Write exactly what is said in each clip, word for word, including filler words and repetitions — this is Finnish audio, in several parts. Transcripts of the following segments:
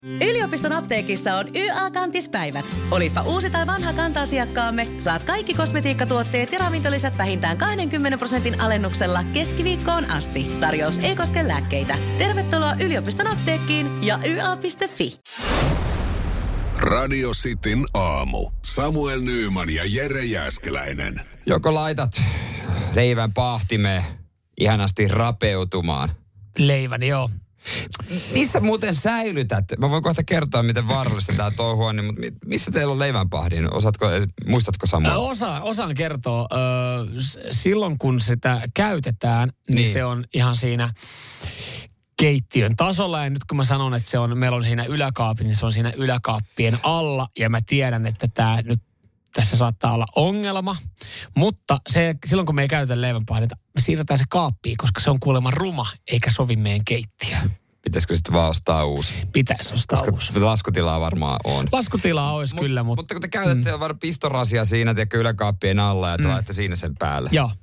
Yliopiston apteekissa on Y A-kantispäivät. Olipa uusi tai vanha kanta-asiakkaamme, saat kaikki kosmetiikkatuotteet ja ravintolisät vähintään kaksikymmentä prosentin alennuksella keskiviikkoon asti. Tarjous ei koske lääkkeitä. Tervetuloa yliopiston apteekkiin ja y a piste f i. Radio Cityn aamu. Samuel Nyyman ja Jere Jääskeläinen. Joko laitat leivän pahtimeen ihanasti rapeutumaan? Leivän, joo. Missä muuten säilytät? Mä voin kohta kertoa, miten vaarallista tää touhu on, mutta missä teillä on leivänpahdin? Osaatko, muistatko Samuel? Osaan, osaan kertoa. Ö, silloin kun sitä käytetään, niin, niin se on ihan siinä keittiön tasolla. Ja nyt kun mä sanon, että se on, meillä on siinä yläkaappi, niin se on siinä yläkaappien alla. Ja mä tiedän, että tää nyt tässä saattaa olla ongelma. Mutta se, silloin kun me ei käytetä leivänpahdinta, me siirretään se kaappiin, koska se on kuulemma ruma, eikä sovi meidän keittiöön. Pitäisikö sitten vaan ostaa uusi? Pitäisi ostaa koska uusi. laskutilaa varmaan on. Laskutilaa olisi Mut, kyllä, mutta... Mutta kun te käytätte mm. varmaan pistorasia siinä, tiedätkö, yläkaappien alla ja te mm. laitatte siinä sen päälle. Joo.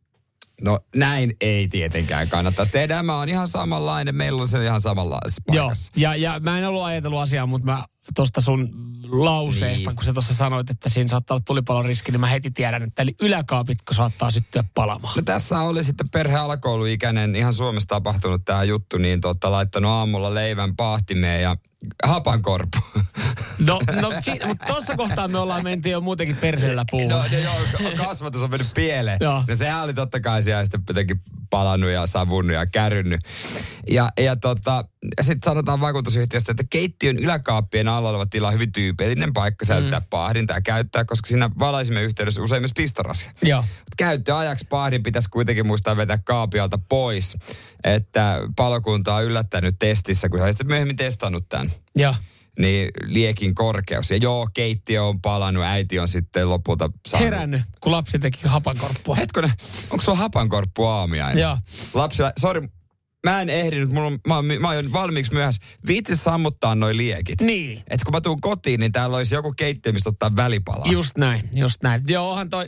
No näin ei tietenkään kannattaisi tehdä. Mä oon ihan samanlainen, meillä on se ihan samanlaisessa paikassa. Joo, ja, ja mä en ollut ajatellut asiaa, mutta mä tuosta sun lauseesta, niin. kun sä tuossa sanoit, että siinä saattaa olla tulipalon riski, niin mä heti tiedän, että eli yläkaapitko saattaa syttyä palamaan. No tässä oli sitten perhe alakouluikäinen, ihan Suomessa tapahtunut tämä juttu, niin totta, laittanut aamulla leivän pahtimeen ja hapankorpu. No, no si- mutta tuossa kohtaa me ollaan menty jo muutenkin perseellä puuhun. No, no joo, kasvatus on mennyt pieleen. Joo. No sehän oli totta kai siellä sitten jotenkin palannut ja savunnut ja kärynnyt. Ja, ja tota, sitten sanotaan vakuutusyhtiöstä, että keittiön yläkaappien alla oleva tila on hyvin tyypillinen paikka säilyttää mm. pahdinta ja käyttää, koska siinä valaisimen yhteydessä usein myös pistorasia. Joo. Käyttöajaksi pahdin pitäisi kuitenkin muistaa vetää kaapialta pois, että palokunta on yllättänyt testissä, kun hän sitten myöhemmin testannut tämän. Joo. Niin liekin korkeus. Ja joo, keittiö on palannut, äiti on sitten lopulta saanut. Herännyt, kun lapsi teki hapankorppua. Hetkonen, onko sulla hapankorppu aamiainen? Joo. Lapsilla, sori, mä en ehdinyt, mulla on, mä, oon, mä oon valmiiksi myöhässä. Viitis sammuttaa noi liekit. Niin. Että kun mä tuun kotiin, niin täällä olisi joku keittiö, mistä ottaa välipalaa. Just näin, just näin. Joo, onhan toi,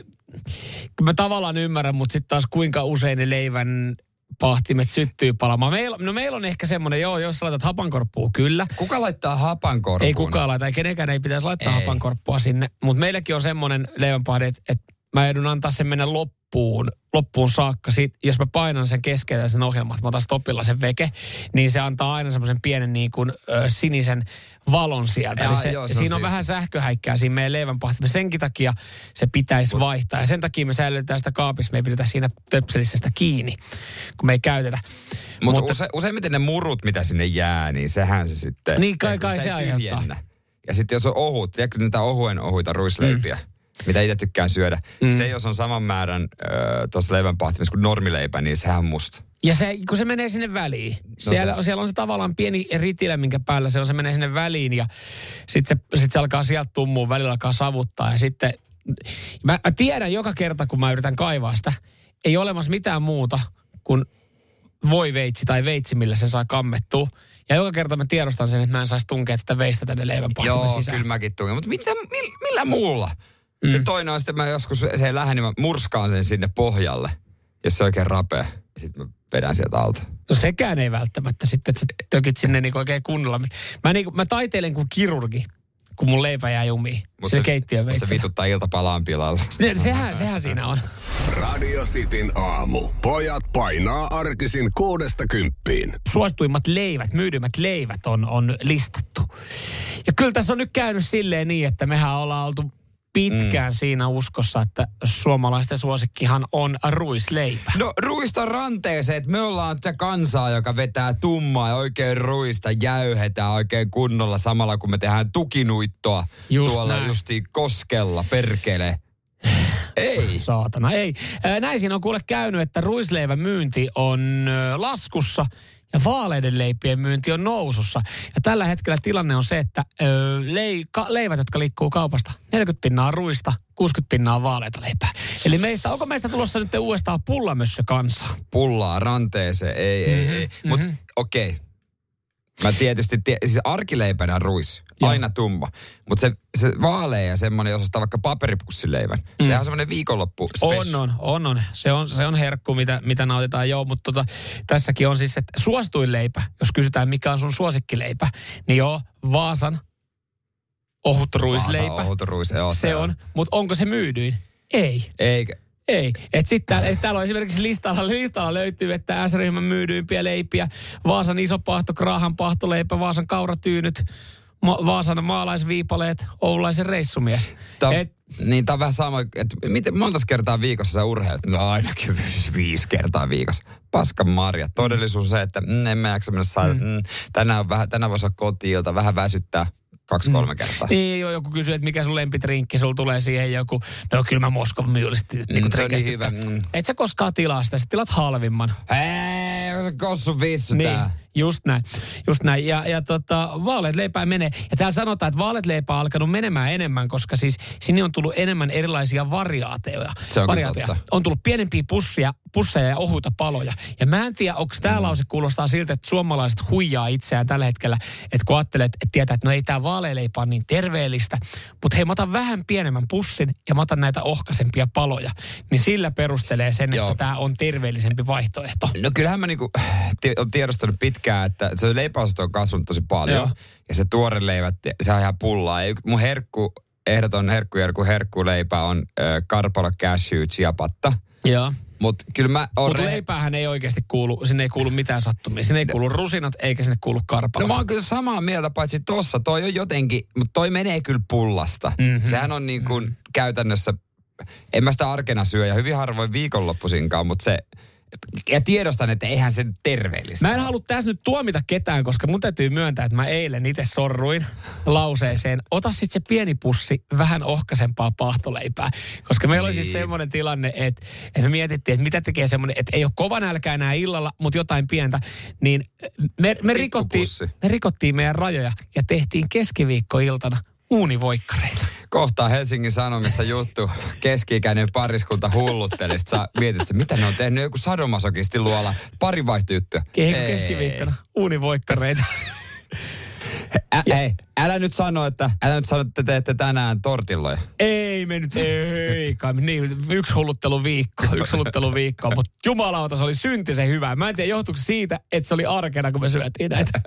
mä tavallaan ymmärrän, mutta sitten taas kuinka usein ne leivän pahtimet syttyy palamaan. Meillä, no meillä on ehkä semmoinen, joo, jos sä laitat hapankorppua, kyllä. Kuka laittaa hapankorppuun? Ei kukaan laita, ei kenenkään ei pitäisi laittaa ei. hapankorppua sinne. Mutta meilläkin on semmoinen leivänpahde, että, että mä joudun antaa sen mennä loppuun, loppuun saakka. Sitten, jos mä painan sen keskellä sen ohjelman, että mä otan stopilla sen veke, niin se antaa aina semmoisen pienen niin kuin ö, sinisen valon sieltä. Ja, Eli se, joo, se siinä on on siis vähän sähköhäikkää siinä meidän leivänpahtimessa. Senkin takia se pitäisi Mut. vaihtaa. Ja sen takia me säilytetään sitä kaapissa, me ei pidetä siinä töpselissä sitä kiinni, kun me ei käytetä. Mut Mutta use, useimmiten ne murut, mitä sinne jää, niin sehän se sitten... Niin kai kai se aiheuttaa. Ja sitten jos on ohut, tiedätkö niitä ohuen ohuita ruisleipiä? Mm. Mitä itse tykkään syödä. Mm. Se, jos on saman määrän äh, tuossa leivänpahtimessa kuin normileipä, niin sehän on musta. Ja se, kun se menee sinne väliin. No siellä, se. siellä on se tavallaan pieni ritilä, minkä päällä se on. Se menee sinne väliin ja sitten se, sit se alkaa sieltä tummua, välillä alkaa savuttaa. Ja sitten, mä, mä tiedän joka kerta, kun mä yritän kaivaa sitä, ei ole olemassa mitään muuta kuin voiveitsi tai veitsi, millä se saa kammettua. Ja joka kerta mä tiedostan sen, että mä en saisi tunkea tätä veistä tänne leivänpahtimen sisään. Joo, kyllä mäkin tungen. Mutta mitä, millä, millä muulla? Mm. Se toinen on sitten, mä joskus se ei lähde, niin mä murskaan sen sinne pohjalle, jos se oikein rapea. Sitten mä vedän sieltä alta. No sekään ei välttämättä sitten, että sä tökit sinne niin oikein kunnolla. Mä, niin, mä taiteilen kuin kirurgi, kun mun leipä jää jumiin. Mut se, se, mut se vituttaa iltapalaan pilalla. Se, sehän, sehän siinä on. Radio Cityn aamu. Pojat painaa arkisin kuudesta kymppiin. Suosituimmat leivät, myydymät leivät on, on listattu. Ja kyllä tässä on nyt käynyt silleen niin, että mehän ollaan oltu pitkään mm. siinä uskossa, että suomalaisten suosikkihan on ruisleipä. No ruista ranteeseen, että me ollaan sitä kansaa, joka vetää tummaa ja oikein ruista jäyhetään oikein kunnolla samalla, kun me tehdään tukinuittoa Just tuolla näin. justiin koskella, perkele. Ei. Saatana, ei. Näin siinä on kuule käynyt, että ruisleivän myynti on laskussa ja vaaleiden leipien myynti on nousussa. Ja tällä hetkellä tilanne on se, että ö, lei, ka, leivät, jotka liikkuu kaupasta, neljäkymmentä pinnaa ruista, kuusikymmentä pinnaa vaaleita leipää. Eli meistä, onko meistä tulossa nyt uudestaan pullamössö kanssa? Pullaa ranteeseen, ei, mm-hmm, ei, ei. Mutta mm-hmm. okei. Okay. Mä tietysti, tie, siis arkileipänä ruis, Joo. aina tumma. Mutta se, se vaalea ja semmoinen, jos ostaa vaikka paperipussileivän, mm. sehän on semmoinen viikonloppu On, on, on, on. Se on, se on herkku, mitä, mitä nautitaan, joo. Mutta tota, tässäkin on siis, että suosituin leipä, jos kysytään mikä on sun suosikkileipä, niin joo, Vaasan ohut ruisleipä. Vaasan ohut ruis, joo. Se, se on, on. Mutta onko se myydyin? Ei. Eikä. Ei. Että sitten täällä, et täällä on esimerkiksi listalla, listalla löytyy, että S-ryhmän myydyimpiä leipiä. Vaasan iso pahto, Kraahan pahtoleipä, Vaasan kauratyynyt, Ma- Vaasan maalaisviipaleet, Oulaisen reissumies. Tää, Et, niin tää on vähän sama, että miten monta kertaa viikossa sä urheilet? No ainakin viisi kertaa viikossa. Paskan marja. Todellisuus on se, että mm, en mä jaksa mennä saada. Mm. Mm, tänään, on vähän, tänään voisi olla kotiilta, vähän väsyttää. Kaksi-kolme mm. kertaa. Niin, joku kysyy, että mikä sun lempitrinkki, sulla tulee siihen joku, no kyllä mä Moskovan myyllisesti. Niin mm, se on niin hyvä. Mm. Et sä koskaan tilaa sitä, sä tilat halvimman. Hei, onko se kossu vissu niin, tää? Just näin, just näin. Ja, ja tota, vaaleat leipää menee. Ja täällä sanotaan, että vaaleat leipää on alkanut menemään enemmän, koska siis sinne on tullut enemmän erilaisia variaateja. Se on variaateja. On tullut pienempiä pussia, pusseja ja ohuita paloja. Ja mä en tiedä, onko tämä mm. lause kuulostaa siltä, että suomalaiset huijaa itseään tällä hetkellä, että kun ajattelet, että tietää, että no ei tää vaalealeipä on niin terveellistä, mutta hei, mä otan vähän pienemmän pussin ja mä otan näitä ohkaisempia paloja. Niin sillä perustelee sen, Joo. että tämä on terveellisempi vaihtoehto. No kyllähän mä niinku on tiedostanut pitkään, että se leipäosasto on kasvanut tosi paljon. Joo. Ja se tuore leivät, se on ihan pullaa. Ei, mun herkku, ehdoton herkku, herkku, herkkuleipä on äh, Karpalo Cashew Chiapatta. Joo. Mutta kyllä mä oon... Mutta re- leipäähän ei oikeasti kuulu, sinne ei kuulu mitään sattumia. Sinne ei kuulu rusinat, eikä sinne kuulu karpalo. No mä oon kyllä samaa mieltä, paitsi tossa. Toi on jotenkin, mutta toi menee kyllä pullasta. Mm-hmm. Sehän on niin kuin mm-hmm. käytännössä, en mä sitä arkena syö ja hyvin harvoin viikonloppuisinkaan, mutta se... Ja tiedostan, että eihän se terveellistä. Mä en halua tässä nyt tuomita ketään, koska mun täytyy myöntää, että mä eilen itse sorruin lauseeseen. Ota sitten se pieni pussi vähän ohkaisempaa pahtoleipää. Koska meillä niin. oli siis semmoinen tilanne, että, että me mietittiin, että mitä tekee semmoinen, että ei ole kova nälkä enää illalla, mutta jotain pientä. Niin me, me, rikottiin, me rikottiin meidän rajoja ja tehtiin keskiviikkoiltana uunivoikkareita. Kohtaa Helsingin Sanomissa juttu, keski-ikäinen pariskunta hullutteli. Sitten sä mietit, että mitä ne on tehnyt, joku sadomasokisti luola, pari vaihtoehtoja. Keikko keskiviikkona, uunivoikkareita. Ä, ei, älä nyt sano, että älä nyt sano, että te teette tänään tortilloja. Ei me nyt, ei kai. Niin, yksi hulluttelu viikko, yksi hulluttelu viikko. Mutta jumalauta, se oli syntisen hyvä. Mä en tiedä, johtuuko siitä, että se oli arkena, kun me syötiin näitä.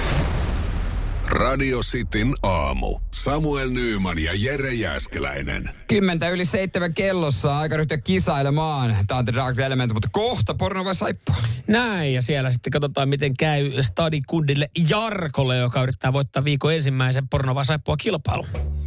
Radio Cityn aamu. Samuel Nyyman ja Jere Jääskeläinen. Kymmentä yli seitsemän kellossa, aika ryhtyä kisailemaan. Tämä on The Dark Element, mutta kohta porno vai saippua? Näin, ja siellä sitten katsotaan, miten käy stadikundille Jarkolle, joka yrittää voittaa viikon ensimmäisen porno vai saippua kilpailun.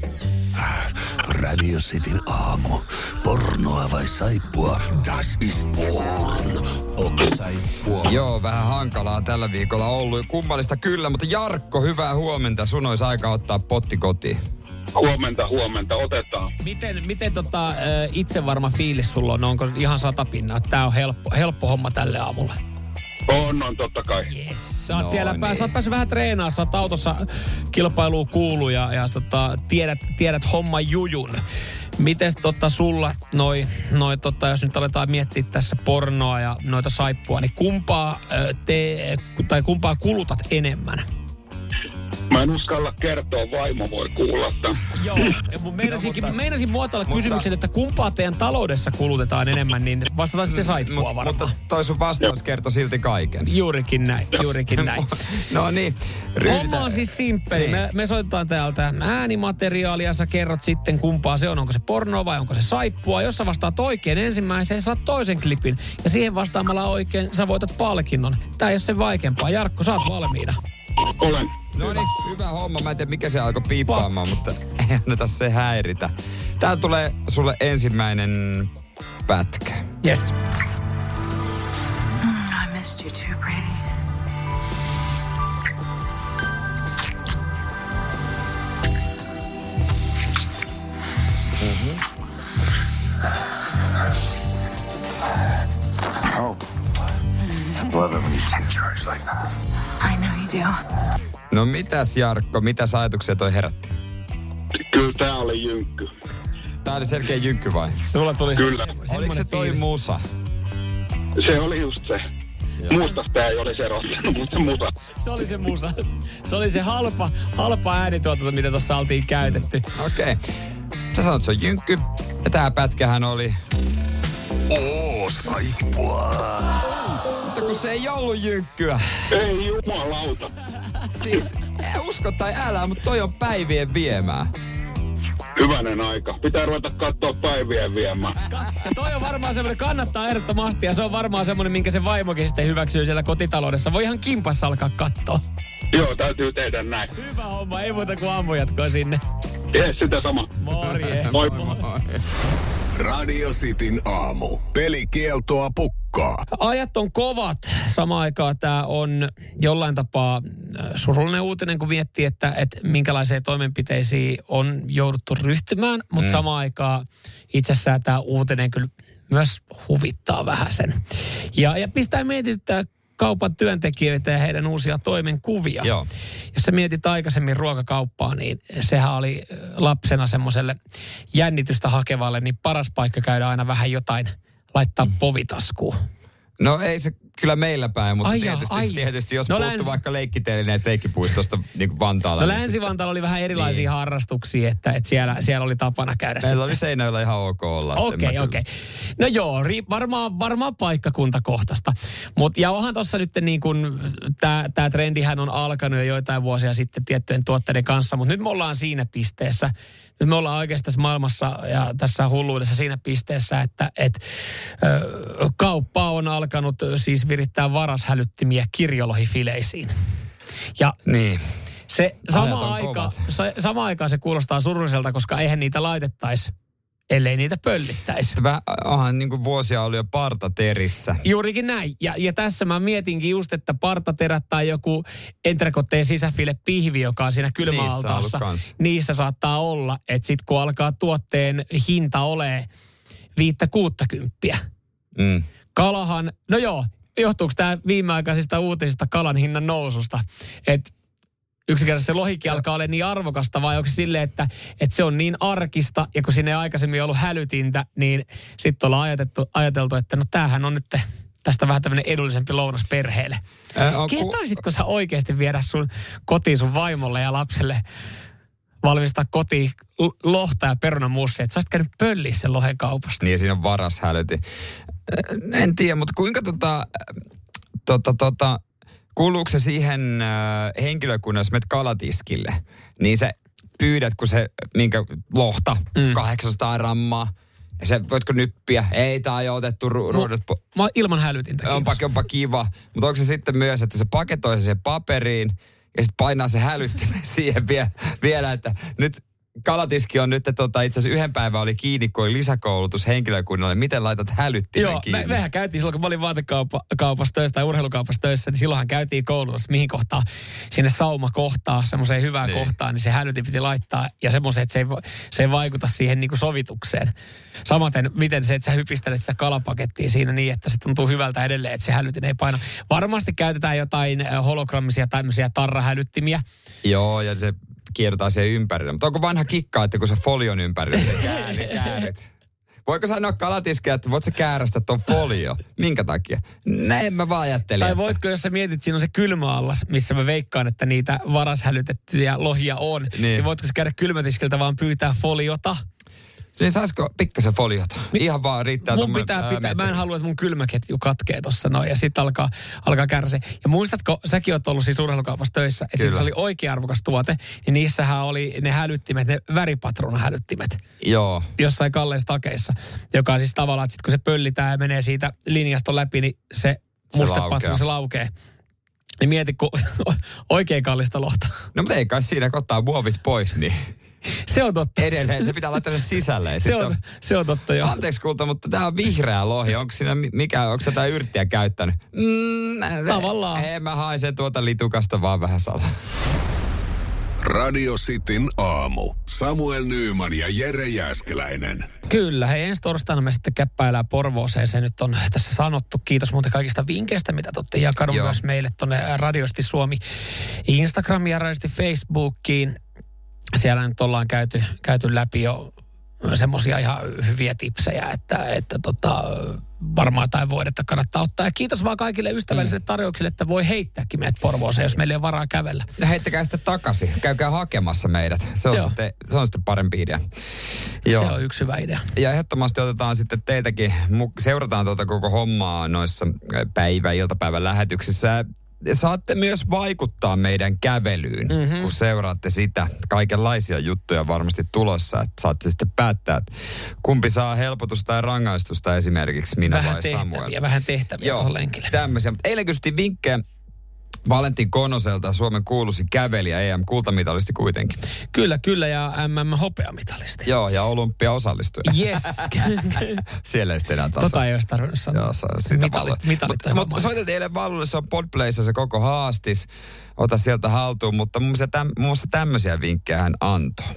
Radio Cityn aamu. Pornoa vai saippua? Das ist porn. Onko saippua? Joo, vähän hankalaa tällä viikolla ollut. Kummallista kyllä, mutta Jarkko, hyvää huomenta. Sun olisi aika ottaa potti kotiin. Huomenta, huomenta. Otetaan. Miten, miten tota, itsevarma fiilis sulla on? Onko ihan satapinnaa? Tää on helppo, helppo homma tälle aamulle. On, on totta kai. Yes. Sä oot no siellä niin. pää, sä oot päässyt vähän treenaamaan, sä oot autossa kilpailuun kuulu ja, ja tota, tiedät, tiedät homman jujun. Mites tota sulla, noi, noi tota, jos nyt aletaan miettiä tässä pornoa ja noita saippua, niin kumpaa, te, tai kumpaa kulutat enemmän? Mä en uskalla kertoa, vaimo voi kuulla tämän. Joo, mun meinasinkin, no, mutta, meinasin muotoilla mutta, kysymyksen, että kumpaa teidän taloudessa kulutetaan enemmän, niin vastataan sitten saippua Mut, varmaan. mutta toi sun vastaus kertoo silti kaiken. Juurikin näin, juurikin näin. No niin, Homma on siis simppeli. Niin. Me, me soitetaan täältä äänimateriaalia. Sä kerrot sitten kumpaa se on. Onko se porno vai onko se saippua. Jos sä vastaat oikein ensimmäiseen, saat toisen klipin. Ja siihen vastaamalla oikein sä voitat palkinnon. Tää ei ole sen vaikeampaa. Jarkko, sä oot valmiina. Olen. No niin, hyvä homma. Mä en tiedä mikä se alkoi piippaamaan, mutta ei anneta se häiritä. Tää tulee sulle ensimmäinen pätkä. Yes. Mm, I missed you too, pretty. Mm-hmm. Oh. I love it when you take charge like that. I know you do. No mitäs Jarkko, mitä ajatuksia toi herätti? Kyllä tää oli jynkky. Tää oli selkeä jynkky vai? Sulla tuli Kyllä. se, Oliko se toi fiilis. musa? Se oli just se. Muusta sitä ei olisi erottanut, mutta musa. Se oli se musa. Se oli se halpa, halpa äänituotanto, mitä tuossa oltiin käytetty. Okei. Okay. Sä sanot, se on jynkky. Ja tää pätkähän oli... Oo, saippua. Mutta kun se ei ollut jynkkyä. Ei jumalauta. Siis, usko tai älä, mutta toi on päivien viemää. Hyvänen aika. Pitää ruveta katsoa päivien viemään. Ja toi on varmaan semmoinen, kannattaa ehdottomasti, ja se on varmaan semmoinen, minkä se vaimokin sitten hyväksyy siellä kotitaloudessa. Voi ihan kimpassa alkaa katsoa. Joo, täytyy tehdä näin. Hyvä homma, ei muuta kuin aamujatkoa sinne. Jees, sitä sama. Morjes. Moi. Moi. Radio Cityn aamu. Pelikieltoa pukkaa. Ajat on kovat. Samaan aikaan tämä on jollain tapaa surullinen uutinen, kun miettii, että, että minkälaisiin toimenpiteisiin on jouduttu ryhtymään. Mutta mm. samaan aikaan itsessään tämä uutinen kyllä myös huvittaa vähän sen. Ja, ja pistää mietityttää kaupan työntekijöitä ja heidän uusia toimenkuvia. Joo. Jos sä mietit aikaisemmin ruokakauppaa, niin sehän oli lapsena semmoiselle jännitystä hakevalle, niin paras paikka käydä aina vähän jotain laittaa povitaskuun. No ei se kyllä meillä päin, mutta ai tietysti, ai. tietysti jos no puuttuu länsi... vaikka leikkiteellinen teikkipuistosta niin kuin Vantaalla. No niin Länsi-Vantaalla oli vähän erilaisia niin. harrastuksia, että, että siellä, siellä oli tapana käydä. Meillä oli Seinäjoella ihan ok olla. Okei, okay, okei. Okay. No joo, ri, varmaan, varmaan paikkakuntakohtaista. Mut, ja onhan tuossa nyt niin kuin, tämä trendihän on alkanut jo joitain vuosia sitten tiettyjen tuotteiden kanssa, mutta nyt me ollaan siinä pisteessä. Nyt me ollaan oikeasti tässä maailmassa ja tässä hulluudessa siinä pisteessä, että et, ö, kauppa on alkanut siis virittää varashälyttimiä kirjolohifileisiin. Ja niin. Se sama aika, se, sama aikaan se kuulostaa surulliselta, koska eihän niitä laitettaisi, ellei niitä pöllittäisi. Vähän, onhan niin kuin vuosia oli jo partaterissä. Juurikin näin. Ja, ja tässä mä mietinkin just, että partaterät tai joku entrecôte sisäfile pihvi, joka on siinä kylmäaltaassa. Niissä, niissä saattaa olla, että sit kun alkaa tuotteen hinta olee viittä kuuttakymppiä. Mm. Kalahan, no joo, johtuuko tämä viimeaikaisista uutisista kalan hinnan noususta, että yksinkertaisesti lohikin alkaa olla niin arvokasta, vai onko se silleen, että, että se on niin arkista, ja kun sinne ei aikaisemmin ollut hälytintä, niin sitten ollaan ajateltu, ajateltu, että no tämähän on nyt tästä vähän tämmöinen edullisempi lounas perheelle. Äh, Kehtaisitko sä oikeasti viedä sun kotiin sun vaimolle ja lapselle valmistaa kotiin lohta ja perunamussia, että sä olisit käynyt pölliä sen lohen kaupasta? Niin, ja siinä on varashälytin. En tiedä, mutta kuinka tota, tota, tota, kuuluuko se siihen äh, henkilökunnan, jos menet kalatiskille, niin se pyydät, kun se, minkä lohta, mm. kahdeksansataa grammaa, ja se voitko nyppiä? Ei, tää on jo otettu ru- ruudut. Po- Mä ilman hälytintä, onpa, onpa kiva. Mutta onko se sitten myös, että se paketoi se siihen paperiin, ja sitten painaa se hälyttimen siihen vie, vielä, että nyt kalatiski on nyt, tota, itse asiassa yhden päivän oli kiinni, kun oli lisäkoulutus henkilökunnalle. Miten laitat hälyttimen Joo, kiinni? Me, mehän käytiin silloin, kun mä olin vaatekaupassa töissä tai urheilukaupassa töissä, niin silloinhan käytiin koulutus, mihin kohtaan sinne sauma kohtaa, semmoiseen hyvään niin. kohtaan, niin se hälytin piti laittaa ja semmoiseen, että se ei, se ei vaikuta siihen niin kuin sovitukseen. Samaten, miten se, että sä hypistelet sitä kalapakettia siinä niin, että se tuntuu hyvältä edelleen, että se hälytin ei paina. Varmasti käytetään jotain hologrammisia tämmöisiä tarrahälyttimiä. Joo, ja se kierrotaan siihen ympärille. Mutta onko vanha kikka, että kun se folion ympärille se käärit, käärit. Voiko sanoa kalatiskea, että voit sä käärästä ton folio? Minkä takia? Näin mä vaan ajattelin. Tai että... voitko, jos sä mietit, siinä on se kylmäallas, missä mä veikkaan, että niitä varashälytettyjä lohia on. Niin, niin voitko sä käydä kylmätiskiltä vaan pyytää foliota? Niin saisiko pikkasen foliota? Ihan vaan riittää. Mun pitää, ää, pitää. Mä en halua, että mun kylmäketju katkee tossa noin ja sit alkaa, alkaa kärsiä. Ja muistatko, säkin oot ollut siis urheilukaupassa töissä, että se oli oikea-arvokas tuote, niin niissähän oli ne hälyttimet, ne väripatruunahälyttimet. Joo. Jossain kalleissa takeissa, joka on siis tavallaan, että sit kun se pöllitään ja menee siitä linjaston läpi, niin se, se mustepatruuna, se laukee. Niin mieti, kun oikein kallista lohta. No mutta ei kai siinä, kun ottaa muovit pois, niin... Se on totta. Edelleen, se pitää laittaa sen sisälle. Se on, se on totta, joo. Anteeksi kulta, mutta tämä on vihreä lohi. Onko siinä mikä, onko sä jotain yrttiä käyttänyt? Mm, Tavallaan. Ei, mä haisen tuota litukasta vaan vähän salaa. Radio Cityn aamu. Samuel Nyyman ja Jere Jääskeläinen. Kyllä, hei, ensi torstaina me sitten käppäillään Porvooseen. Se nyt on tässä sanottu. Kiitos muuten kaikista vinkkeistä, mitä te olette jakanut myös meille tuonne Radiosti Suomi Instagramiin ja Radiosti Facebookiin. Siellä nyt ollaan käyty, käyty läpi jo semmoisia ihan hyviä tipsejä, että, että tota, varmaan jotain voidetta kannattaa ottaa. Ja kiitos vaan kaikille ystävällisille tarjouksille, että voi heittääkin meidät Porvooseen, jos meillä ei ole varaa kävellä. Heittäkää sitten takaisin. Käykää hakemassa meidät. Se on, se on. Sitten, se on sitten parempi idea. Joo. Se on yksi hyvä idea. Ja ehdottomasti otetaan sitten teitäkin, seurataan tuota koko hommaa noissa päivä- iltapäivän lähetyksissä. Saatte myös vaikuttaa meidän kävelyyn, mm-hmm. kun seuraatte sitä. Kaikenlaisia juttuja varmasti tulossa, että saatte sitten päättää, että kumpi saa helpotusta tai rangaistusta esimerkiksi, minä vähän vai tehtäviä, Samuel. Vähän tehtäviä tuohon lenkille. Tämmöisiä. Mutta eilen kysyttiin vinkkejä Valentin Konoselta, Suomen kuuluisi kävelijä, E M-kultamitalisti kuitenkin. Kyllä, kyllä, ja M M-hopeamitalisti. Joo, ja olympia-osallistuja. Yes. Siellä ei sitten enää tasa. Tota ei olisi tarvinnut sanoa. Joo, se on sitä mitalit, mitalit Mutta mut, soiteltiin eilen Vallulle, se on Podplayssa se koko haastis. Ota sieltä haltuun, mutta muun muassa, täm, muun muassa tämmöisiä vinkkejä hän antoi.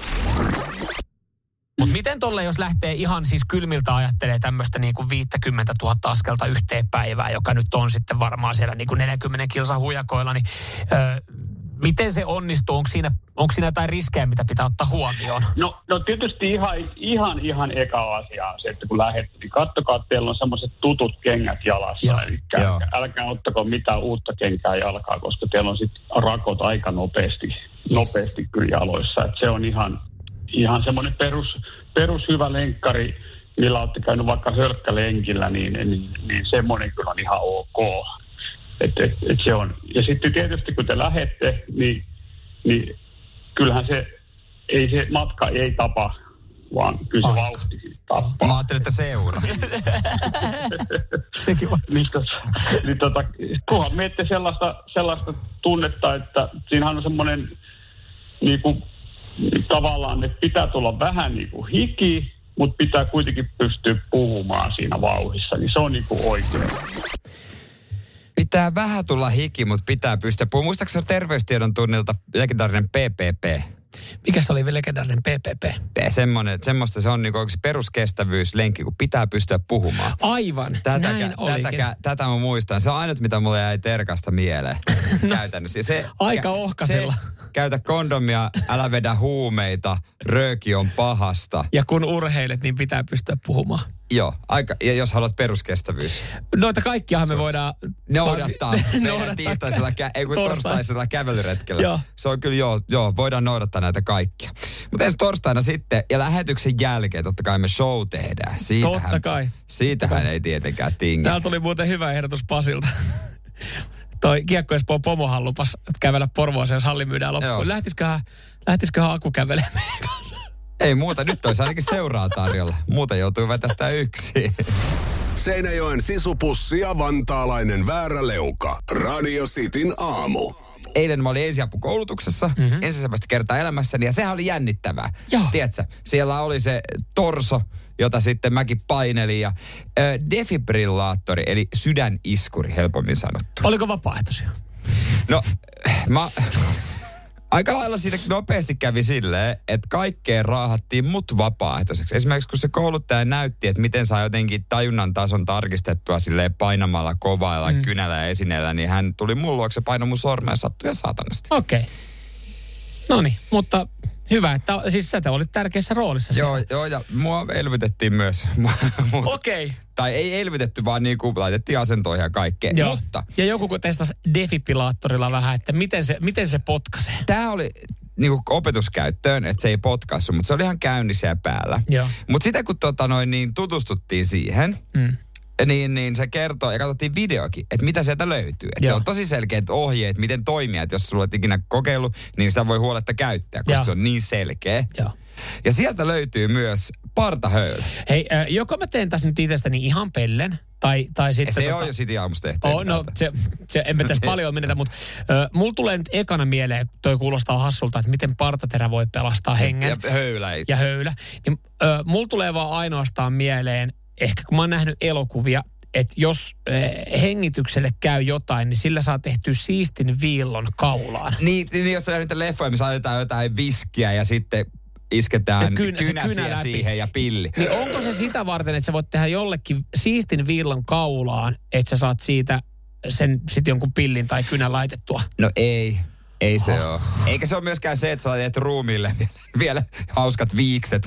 Mutta miten tolle, jos lähtee ihan siis kylmiltä ajattelee tämmöistä niinku viisikymmentätuhatta askelta yhteen päivään, joka nyt on sitten varmaan siellä niinku neljäkymmentä kilsan hujakoilla, niin öö, miten se onnistuu? Onko siinä, onko siinä jotain riskejä, mitä pitää ottaa huomioon? No, no tietysti ihan, ihan, ihan eka asia on se, että kun lähdette, niin kattokaa, että teillä on semmoiset tutut kengät jalassa. Joo, eli joo. älkää ottako mitään uutta kenkää jalkaa, koska teillä on sitten rakot aika nopeasti, yes. nopeasti kyllä jaloissa. Et se on ihan... Ihan semmoinen perus, perus hyvä lenkkari, millä olette käynyt vaikka hölkkälenkillä, niin, niin, niin semmoinen kyllä on ihan ok. Et, et, et se on. Ja sitten tietysti kun te lähette, niin, niin kyllähän se, ei se matka ei tapa, vaan kyllä se vauhti tappaa. Mä ajattelin, että seura. Sekin on. niin, tos, niin tota, kunhan miette sellaista, sellaista tunnetta, että siinähän on semmoinen niin kuin tavallaan, että pitää tulla vähän niin kuin hiki, mutta pitää kuitenkin pystyä puhumaan siinä vauhdissa, niin se on niin kuin oikein. Pitää vähän tulla hiki, mutta pitää pystyä puhumaan. Muistaakseni terveystiedon tunnilta legendaarinen P P P? Mikä se oli legendaarinen P P P? Semmoinen, semmoista se on niin kuin peruskestävyyslenkki, kun pitää pystyä puhumaan. Aivan, tätäkä, näin olikin. Tätäkä, tätä mä muistan. Se on ainut, mitä mulle jäi terkasta mieleen no, käytännössä. Se, aika ohkasella. Se, käytä kondomia, älä vedä huumeita, rööki on pahasta. Ja kun urheilet, niin pitää pystyä puhumaan. Joo, aika, ja jos haluat peruskestävyys. Noita kaikkiahan me voidaan... Noudattaa meidän tiistaisella, kä- ei kun torstaisella kävelyretkellä. Joo. Se on kyllä joo, joo, voidaan noudattaa näitä kaikkia. Mutta ensi torstaina sitten, ja lähetyksen jälkeen totta kai me show tehdään. Siitähän, totta kai. Siitähän totta ei tietenkään tingi. Täällä tuli muuten hyvä ehdotus Pasilta. Toi Kiekko Espoon pomohan lupas kävellä Porvooseen, jos halli myydään loppuun. Lähtisiköhän, lähtisiköhän Aku kävelemään meidän kanssa? Ei muuta, nyt olisi ainakin seuraa tarjolla. Muuta joutuu vetästä yksin. Seinäjoen sisupussi ja vantaalainen vääräleuka. Radio Cityn aamu. Eilen mä olin ensiapukoulutuksessa mm-hmm. ensimmäistä kertaa elämässäni ja sehän oli jännittävää. Joo. Tiedätkö, siellä oli se torso, jota sitten mäkin painelin ja äh, defibrillaattori eli sydäniskuri helpommin sanottu. Oliko vapaaehtoisia? No, mä... Aika lailla siinä nopeasti kävi silleen, että kaikkeen raahattiin mut vapaaehtoiseksi. Esimerkiksi kun se kouluttaja näytti, että miten saa jotenkin tajunnan tason tarkistettua silleen painamalla, kovailla, mm. kynällä ja esineellä, niin hän tuli mun luokse, painoi mun sormea ja sattui ja saatanasti. Okei. Okay. No niin, mutta hyvä, että siis sä te olit tärkeässä roolissa siellä. Joo, joo, ja mua elvytettiin myös. Okei. Okay. Tai ei elvytetty, vaan niin kuin laitettiin asentoihin ja kaikkea. Joo. Mutta ja joku kun testasi defibrillaattorilla vähän, että miten se, miten se potkaisee. Tämä oli niin kuin opetuskäyttöön, että se ei potkassu, mutta se oli ihan käynnissä ja päällä. Mutta sitä kun tota noin, niin tutustuttiin siihen, mm. niin, niin se kertoo, ja katsottiin videokin, että mitä sieltä löytyy. Että se on tosi selkeät ohjeet, miten toimia. Että jos sulla olet ikinä kokeillut, niin sitä voi huoletta käyttää, koska Joo. se on niin selkeä. Joo. Ja sieltä löytyy myös partahöylä. Hei, äh, joko mä teen tässä nyt itsestäni ihan pellen, tai, tai sitten... Se tota, on jo City aamusta tehty. Oh, no, se, se, en mä tässä paljon menetä, mutta äh, mulla tulee nyt ekana mieleen, toi kuulostaa hassulta, että miten partaterä voi pelastaa hengen. Ja höylä. Ja höylä. Niin, äh, mulla tulee vaan ainoastaan mieleen, ehkä kun mä oon nähnyt elokuvia, että jos äh, hengitykselle käy jotain, niin sillä saa tehtyä siistin viillon kaulaan. Niin, niin jos sä nähnyt niitä leffoja, missä ajetaan jotain viskiä ja sitten isketään kyn, kynäsiä kynä siihen ja pilli. Niin onko se sitä varten, että sä voit tehdä jollekin siistin viillon kaulaan, että sä saat siitä sen sitten jonkun pillin tai kynän laitettua? No ei. Ei se ole. Eikä se ole myöskään se, että sä teet ruumiille vielä hauskat viikset.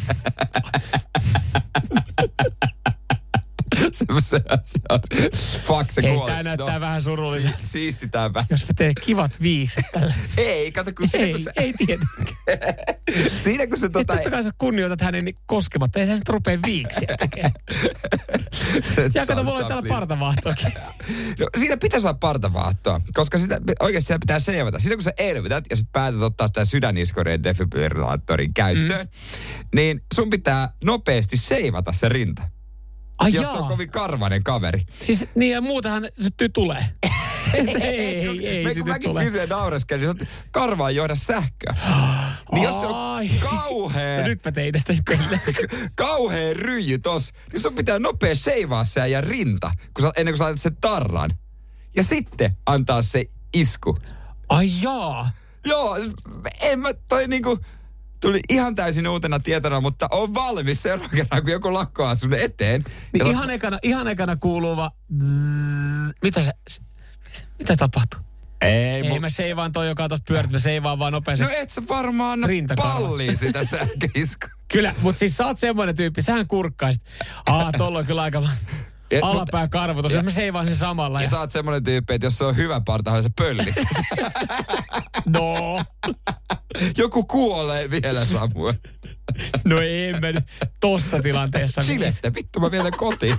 se, se, se on. Fuck, se Ei, kuoli. tää näyttää no, vähän surulliselta. Si- siistitäänpä. Jos mä teen kivat viikset tällä. Ei, kato kun siinä Ei, kun se... ei tietenkään. siinä kun se Et tota... totta kai sä kunnioitat hänen niin koskematta. Ei hän nyt rupea viiksiä tekemään. Ja kato, mulla on täällä partavaahtoakin. No siinä pitäisi olla partavaahtoa, koska sitä, oikeasti sitä pitää seivata. Siinä kun sä elvytät ja sit päätät ottaa sitä sydäniskorien defibrillaattorin käyttöön, mm. niin sun pitää nopeasti seivata se rinta. Ai jos jaa. on kovin karvainen kaveri. Siis niin ja muutahan syttyy tulee. ei, ei, ei Me, syty kun mäkin tulee. kysyin naureskelin, niin karva ei johda sähköä. Niin jos se on Ai. kauhea, No nyt mä tein tästä pelle. kauhea ryijy tos, niin sun pitää nopea seivaa se ja rinta, kun sä, ennen kuin sä laitat sen tarran. Ja sitten antaa se isku. Ai jaa. Joo, en mä toi niinku... Tuli ihan täysin uutena tietona, mutta on valmis seuraavan kerran, kun joku lakkoaa sun eteen. Niin Ja ihan, sä... ekana, ihan ekana kuuluu vaan... Zzz, mitä se... Mitä tapahtuu? Ei, Ei, mu... mä seivaan toi, joka on tossa pyörit, mä seivaan vaan nopeasti. No et sä varmaan anna Rintakarvat. palliin sitä sähköiskua. Kyllä, mutta siis sä oot semmoinen tyyppi, sähän kurkkaisit. Aa, tolla on kyllä aika Et, alapää karvotus, ja mä seivaan sen samalla. Ja Ja... sä oot semmoinen tyyppi, että jos se on hyvä parta, sä pöllit. No, Joku kuolee vielä, Samuel. no ei mä nyt tossa tilanteessa. Chilette, vittu mä vielä kotiin.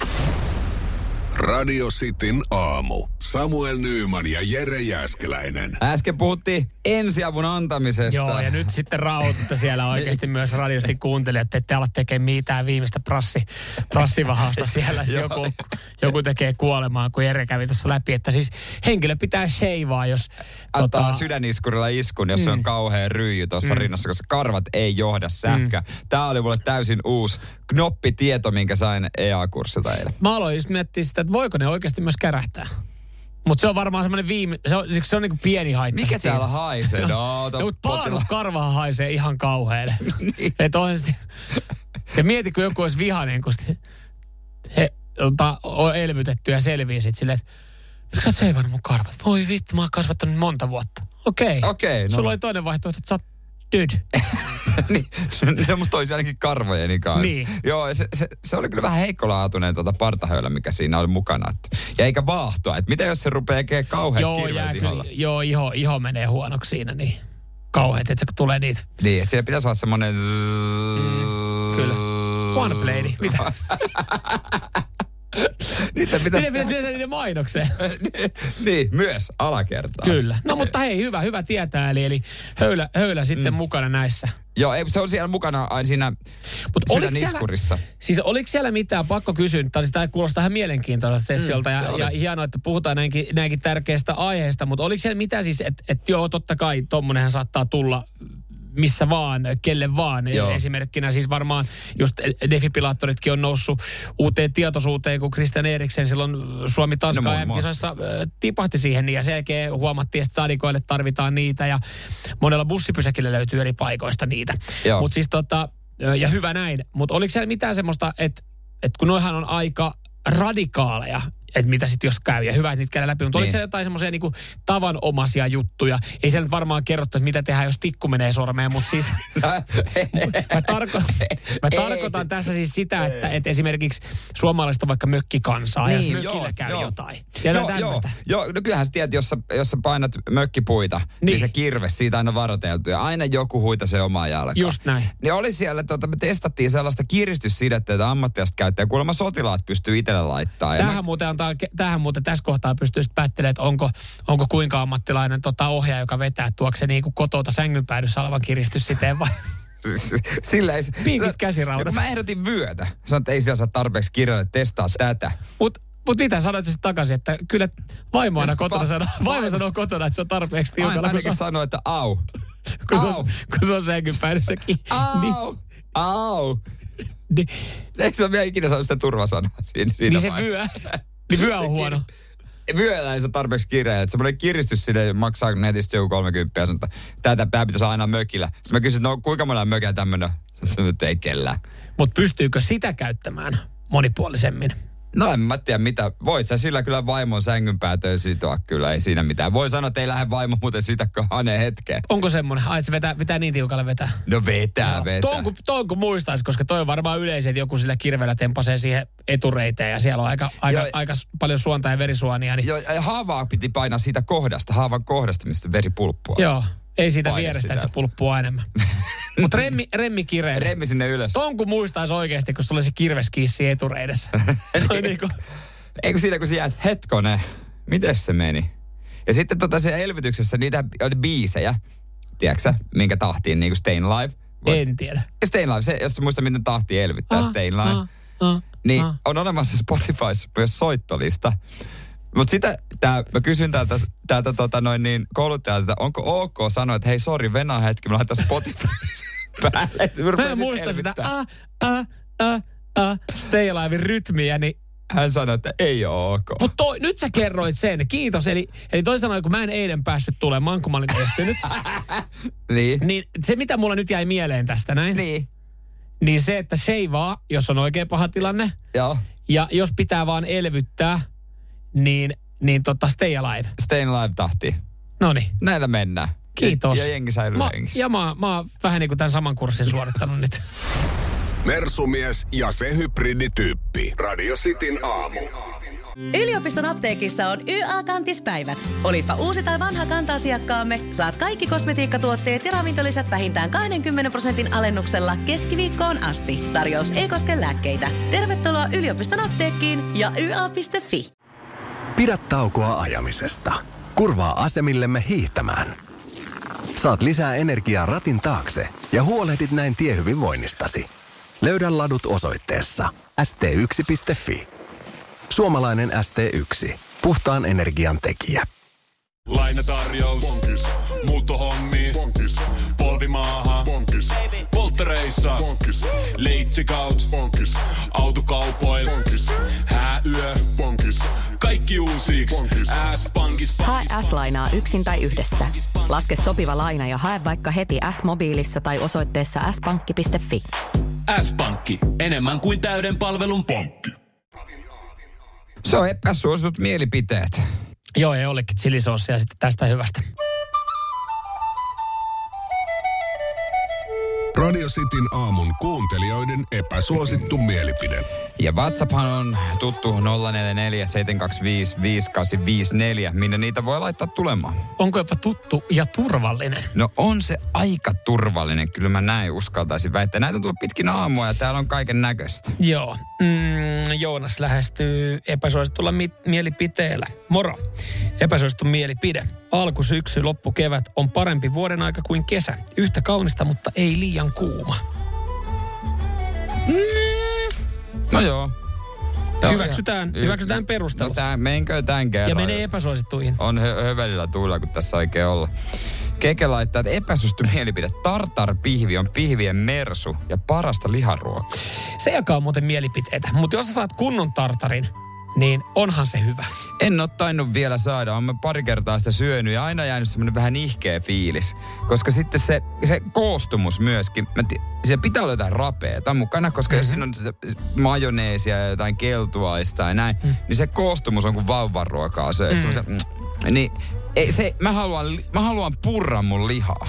Radio Cityn aamu. Samuel Nyyman ja Jere Jääskeläinen. Äsken puhuttiin ensiavun antamisesta. Joo, ja nyt sitten rauhoitutte siellä oikeasti myös radiosti kuuntelijat, että ette ala tekemään mitään viimeistä prassi, prassivahausta siellä, jos joku, joku tekee kuolemaan, kun Jere kävi tuossa läpi, että siis henkilö pitää sheivaa, jos... Antaa tota, sydäniskurilla iskun, jos Mm. se on kauhea ryijy tuossa mm. rinnassa, koska karvat ei johda sähköä. Mm. Tämä oli mulle täysin uusi knoppitieto, minkä sain E A-kurssilta eilen. Mä aloin just miettiä sitä, että voiko ne oikeasti myös kärähtää. Mutta se on varmaan semmoinen viime... Se on, se on niinku pieni haitta. Mikä siinä. täällä haisee? No, No, mutta palannut karvahan haisee ihan kauhealle. niin. Että oikeasti... Ja mieti, kun joku olisi vihainen, kun sit he ota, on elvytetty ja selviää sit silleen, että miksi sä oot seivannut mun karvat? Voi vittu, mä oon kasvattanut monta vuotta. Okei. Okay. Okei, no. Sulla oli toinen vaihtoehto, että sä oot dude. niin, no musta olisi ainakin karvojeni kanssa. Niin. Joo, se, se, se oli kyllä vähän heikkolaatuinen tuota partahöylä, mikä siinä oli mukana. Että, ja eikä vaahtoa, että mitä jos se rupeaa tekemään kauheat Joo, kirveet jää iholla? kyllä, joo, iho, iho menee huonoksi siinä, niin kauheat, että se kun tulee niitä. Niin, että siellä pitäisi olla semmoinen... Kyllä. One Blade, mitä? Niitä pitäisi... Miten pitäisi lisätä niiden mainokseen? niin, myös alakertaa. Kyllä. No mutta hei, hyvä, hyvä tietää. Eli, eli höylä, höylä sitten mm. mukana näissä. Joo, ei, se on siellä mukana aina siinä Mut oliko sydäniskurissa. siellä, siis oliko siellä mitään, pakko kysyä, tai sitä kuulostaa ihan mielenkiintoiselta sessiolta, mm, ja, ja hienoa, että puhutaan näinkin, näinkin tärkeästä aiheesta, mutta oliko siellä mitään siis, että et joo, totta kai tommonenhan saattaa tulla missä vaan, kelle vaan. Joo. Esimerkkinä siis varmaan just defibrillaattoritkin on noussut uuteen tietoisuuteen, kun Christian Eriksen silloin Suomi-Tanska no, A M-kisoissa tipahti siihen, ja sen jälkeen huomattiin, että stadikoille tarvitaan niitä, ja monella bussipysäkillä löytyy eri paikoista niitä. Mutta siis tota, ja hyvä näin, mutta oliko siellä mitään semmoista, että, että kun noihan on aika radikaaleja, että mitä sitten jos käy, ja hyvä, että niitä käydään läpi. Mutta niin. Oliko siellä jotain semmoisia niinku tavanomaisia juttuja? Ei siellä nyt varmaan kerrottu, että mitä tehdään, jos tikku menee sormeen, mutta siis... mä, tarko, mä tarkoitan tässä siis sitä, että, että esimerkiksi suomalaiset on vaikka mökkikansaa, niin, ja jos mökillä joo, käy joo. jotain. Joo, joo, joo, no kyllähän sä tiedät, jos sä, jos sä painat mökkipuita, niin. niin se kirve, siitä aina varoteltu, ja aina joku huitasee omaa jalkaa. Just näin. Niin oli siellä, tota, me testattiin sellaista kiristyssidettä, että ammattilaista käyttää, ja kuulemma sotilaat pystyy itselle laittaa. Tähän mä... muuten antaa, tähän muuten tässä kohtaa pystyy sitten päättelemään, että onko, onko kuinka ammattilainen tota ohjaaja, joka vetää, tuokse se niinku kotota sängyn päädyssä olevan kiristyssiteen vai... Sillä ei... Pinkit käsiraudat. Mä ehdotin vyötä. Sanoin, että ei siellä saa tarpeeksi kirjalle testaa tätä. Mut Mutta mitä sanoit sitten takaisin, että kyllä vaimo aina kotona sanoo, vaimo sanoo kotona, että se on tarpeeksi tiukalla. Ainakin se... sanoo, että au. Kun, au. Se on, kun se on sängyn päädyssäkin. Au. Niin. Au. Niin. Eikö se ole vielä ikinä saanut sitä turvasanaa siinä, siinä niin se vyö. Niin vyö on huono. Vyöllä ei saa tarpeeksi kirjaa. Että semmoinen kiristys sinne maksaa netistä joku kolmekymmentä ja sanoo, että tämä pitäisi aina mökillä. Sitten mä kysyin, no kuinka monella mökillä tämmöinen? Nyt ei kellään. Mutta pystyykö sitä käyttämään monipuolisemmin? No en mä tiedä mitä. Voit sä sillä kyllä vaimon sängyn päätöön sitoa kyllä, ei siinä mitään. Voi sanoa, että ei lähde vaimo muuten siitä haneen hetkeen. Onko semmoinen? Ai, se vetää, vetää niin tiukalle vetää? No vetää, no, vetää. Tuon kun, tuon kun muistaisi, koska toi on varmaan yleisesti, että joku sillä kirveellä tempasee siihen etureiteen ja siellä on aika, aika, Joo, aika paljon suonta ja verisuonia. Niin... Joo, ja haavaa piti painaa siitä kohdasta, haavan kohdasta, mistä veri pulppua. Joo, ei siitä Paina vierestä, sitä. että se pulppua enemmän. Mutta remmi, remmi kireinen. Remmi sinne ylös. Tuon kun muistaisi oikeasti, kun tulee se kirveskiissi etureidessä. Toi niinku... Eikö siinä, kun sä jäät, hetkonen, mites se meni? Ja sitten tota siellä elvytyksessä niitä oli biisejä, tiedätkö minkä tahtiin, niin kuin Stayin' Alive. Voit... En tiedä. Stayin' Alive, se, jos sä muistat, miten tahtiin elvyttää ah, Stayin' Alive. Ah, ah, niin ah. on olemassa Spotifyssa myös soittolista. Mutta sitä, tää, mä kysyn täältä, täältä tota noin niin kouluttajalta, että onko ok sanoa, että hei sori, venää hetki, mä laitan Spotify päälle. Mä en muista sitä, ah, ah, ah, ah, Stay Alivein rytmiä, niin hän sanoi, että ei ole ok. Mutta nyt sä kerroit sen. Kiitos. Eli, eli toisin sanoen, kun mä en eilen päässyt tulemaan, kun mä olin estynyt. niin. Niin se, mitä mulla nyt jäi mieleen tästä näin. Niin. Niin se, että sheivaa, jos on oikein paha tilanne. Joo. Ja jos pitää vaan elvyttää, niin, niin tota Stay Alive. Stay Alive tahti. Noniin. Näillä mennään. Kiitos. Ja, ja jengi säilyy hengissä. Ja mä, mä oon vähän niin kuin tämän saman kurssin suorittanut nyt. Mersumies ja se hybridityyppi. Radio Cityn aamu. Yliopiston apteekissa on Y A-kantispäivät. Olipa uusi tai vanha kanta-asiakkaamme, saat kaikki kosmetiikkatuotteet ja ravintolisät vähintään kaksikymmentä prosentin alennuksella keskiviikkoon asti. Tarjous ei koske lääkkeitä. Tervetuloa yliopiston apteekkiin ja y a piste f i. Pidä taukoa ajamisesta. Kurvaa asemillemme hiihtämään. Saat lisää energiaa ratin taakse ja huolehdit näin tiehyvinvoinnistasi. Löydä ladut osoitteessa s t yksi piste f i. Suomalainen S T yksi. Puhtaan energian tekijä. Lainatarjous. Bonkis. Muuttohommi. Bonkis. Polvimaaha. Bonkis. Polttereissa. Bonkis. Leitsikaut. Bonkis. Autokaupoil. Bonkis. Hääyö. Bonkis. Kaikki uusiiksi. S-pankis. Hae S-lainaa yksin tai yhdessä. Laske sopiva laina ja hae vaikka heti S-mobiilissa tai osoitteessa s pankki piste f i. S-pankki. Enemmän kuin täyden palvelun pankki. Se on epäsuositut mielipiteet. Joo, ei olekin chilisoosia sitten tästä hyvästä. Radio Cityn aamun kuuntelijoiden epäsuosittu mielipide. Ja WhatsApphan on tuttu nolla neljä neljä seitsemän kaksi viisi viisi kahdeksan viisi neljä, minne niitä voi laittaa tulemaan. Onko jopa tuttu ja turvallinen? No on se aika turvallinen, kyllä mä näin uskaltaisin väittää. Näitä on tullut pitkin aamua ja täällä on kaiken näköistä. Joo, mm, Joonas lähestyy epäsuositulla mi- mielipiteellä. Moro, epäsuosittu mielipide. Alkusyksy, loppukevät on parempi vuoden aika kuin kesä. Yhtä kaunista, mutta ei liian kuuma. Mm. No joo. Hyväksytään, y- hyväksytään perustelut. No tää, menkö tän kerran? Ja menee epäsuosittuihin. On hö- hövelillä tuulla, kun tässä oikein olla. Keke laittaa, että epäsuosittu mielipide. Tartar-pihvi on pihvien mersu ja parasta liharuokaa. Se jakaa muuten mielipiteitä, mutta jos sä saat kunnon tartarin, niin onhan se hyvä. En ole tainnut vielä saada. Olen pari kertaa sitä syönyt ja aina jäänyt semmoinen vähän ihkeä fiilis. Koska sitten se, se koostumus myöskin, mä t- siellä pitää olla jotain rapeeta mukana, koska mm-hmm. jos siinä on majoneesia ja jotain keltuaista ja näin, mm. niin se koostumus on kuin vauvanruokaa. Se, mm. mm, niin ei, se, mä, haluan, mä haluan purra mun lihaa.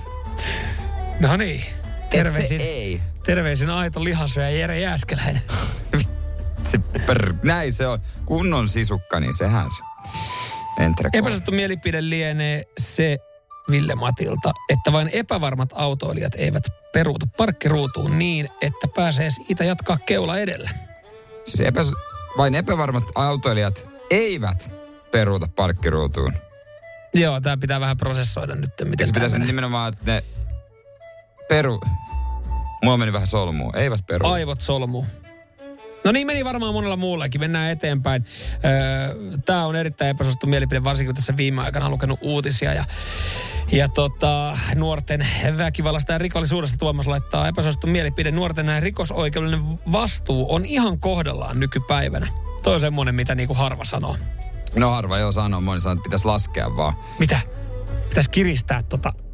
No niin. Terveisin, se ei. Terveisin aito lihasyöjä Jere Jääskeläinen. Se per, näin se on. Kunnon sisukka, niin sehän se. Epäsuosittu mielipide lienee se Ville Matilta, että vain epävarmat autoilijat eivät peruuta parkkiruutuun niin, että pääsee siitä jatkaa keula edellä. Siis epäs, vain epävarmat autoilijat eivät peruuta parkkiruutuun. Joo, tää pitää vähän prosessoida nyt. Miten se pitäisi nimenomaan, että ne peru... Mulla meni vähän solmuun. Eivät peru. Aivot solmuun. No niin meni varmaan monella muullakin. Mennään eteenpäin. Öö, Tämä on erittäin epäsuosittu mielipide, varsinkin kun tässä viime aikana on lukenut uutisia. Ja, ja tota, nuorten väkivallasta ja rikollisuudesta Tuomas laittaa epäsuosittu mielipide. Nuorten rikosoikeudellinen vastuu on ihan kohdallaan nykypäivänä. Toi on semmoinen, mitä niinku harva sanoo. No harva joo sanoo. Moni sanoo, että pitäisi laskea vaan. Mitä? Pitäisi kiristää tota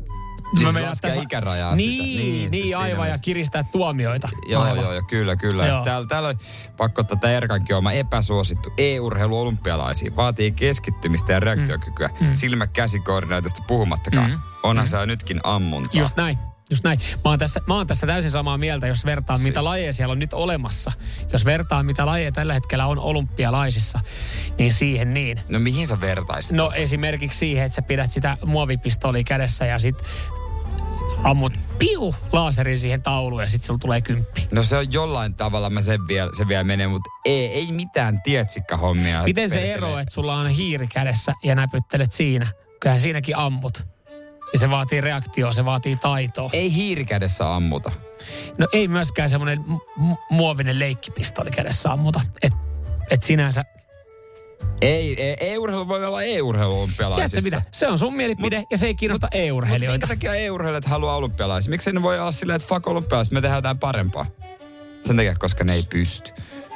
Siis laskea tässä ikärajaa niin, sitä. Niin, niin siis aivan, ja kiristää tuomioita. Joo, aivan. joo, joo, kyllä, kyllä. Joo. Täällä, täällä pakko tätä Erkankin oma epäsuosittu e-urheilu olympialaisiin. Vaatii keskittymistä ja reaktiokykyä. Mm. Silmä-käsikoordinaatiosta puhumattakaan. Mm. Onhan mm. se nytkin ammuntaa. Just näin. Just näin. Mä oon, tässä, mä oon tässä täysin samaa mieltä, jos vertaa siis. mitä lajeja siellä on nyt olemassa. Jos vertaa mitä lajeja tällä hetkellä on olympialaisissa, niin siihen niin. No mihin sä vertaisit? No esimerkiksi siihen, että sä pidät sitä muovipistolia kädessä ja sit ammut piu laaserin siihen tauluun ja sit sulla tulee kymppi. No se on jollain tavalla, mä sen vielä, se vielä menee, mutta ei, ei mitään tietsikkahommia. Miten se ero, että sulla on hiiri kädessä ja näpyttelet siinä? Kyllähän siinäkin ammut. Ja se vaatii reaktioa, se vaatii taitoa. Ei hiiri kädessä ammuta. No ei myöskään semmoinen mu- muovinen leikkipistoli kädessä ammuta. Et, et sinänsä... Ei, ei, e-urheilu voi olla e-urheilu-olympialaisissa. Tiedätkö mitä? Se on sun mielipide mut, ja se ei kiinnosta mut, e-urheilijoita. Mutta minkä takia e-urheilijat haluaa olympialaisia? Miksi ne voi olla silleen, että fuck olympialaisia, me tehdään jotain parempaa? Sen takia, koska ne ei pysty.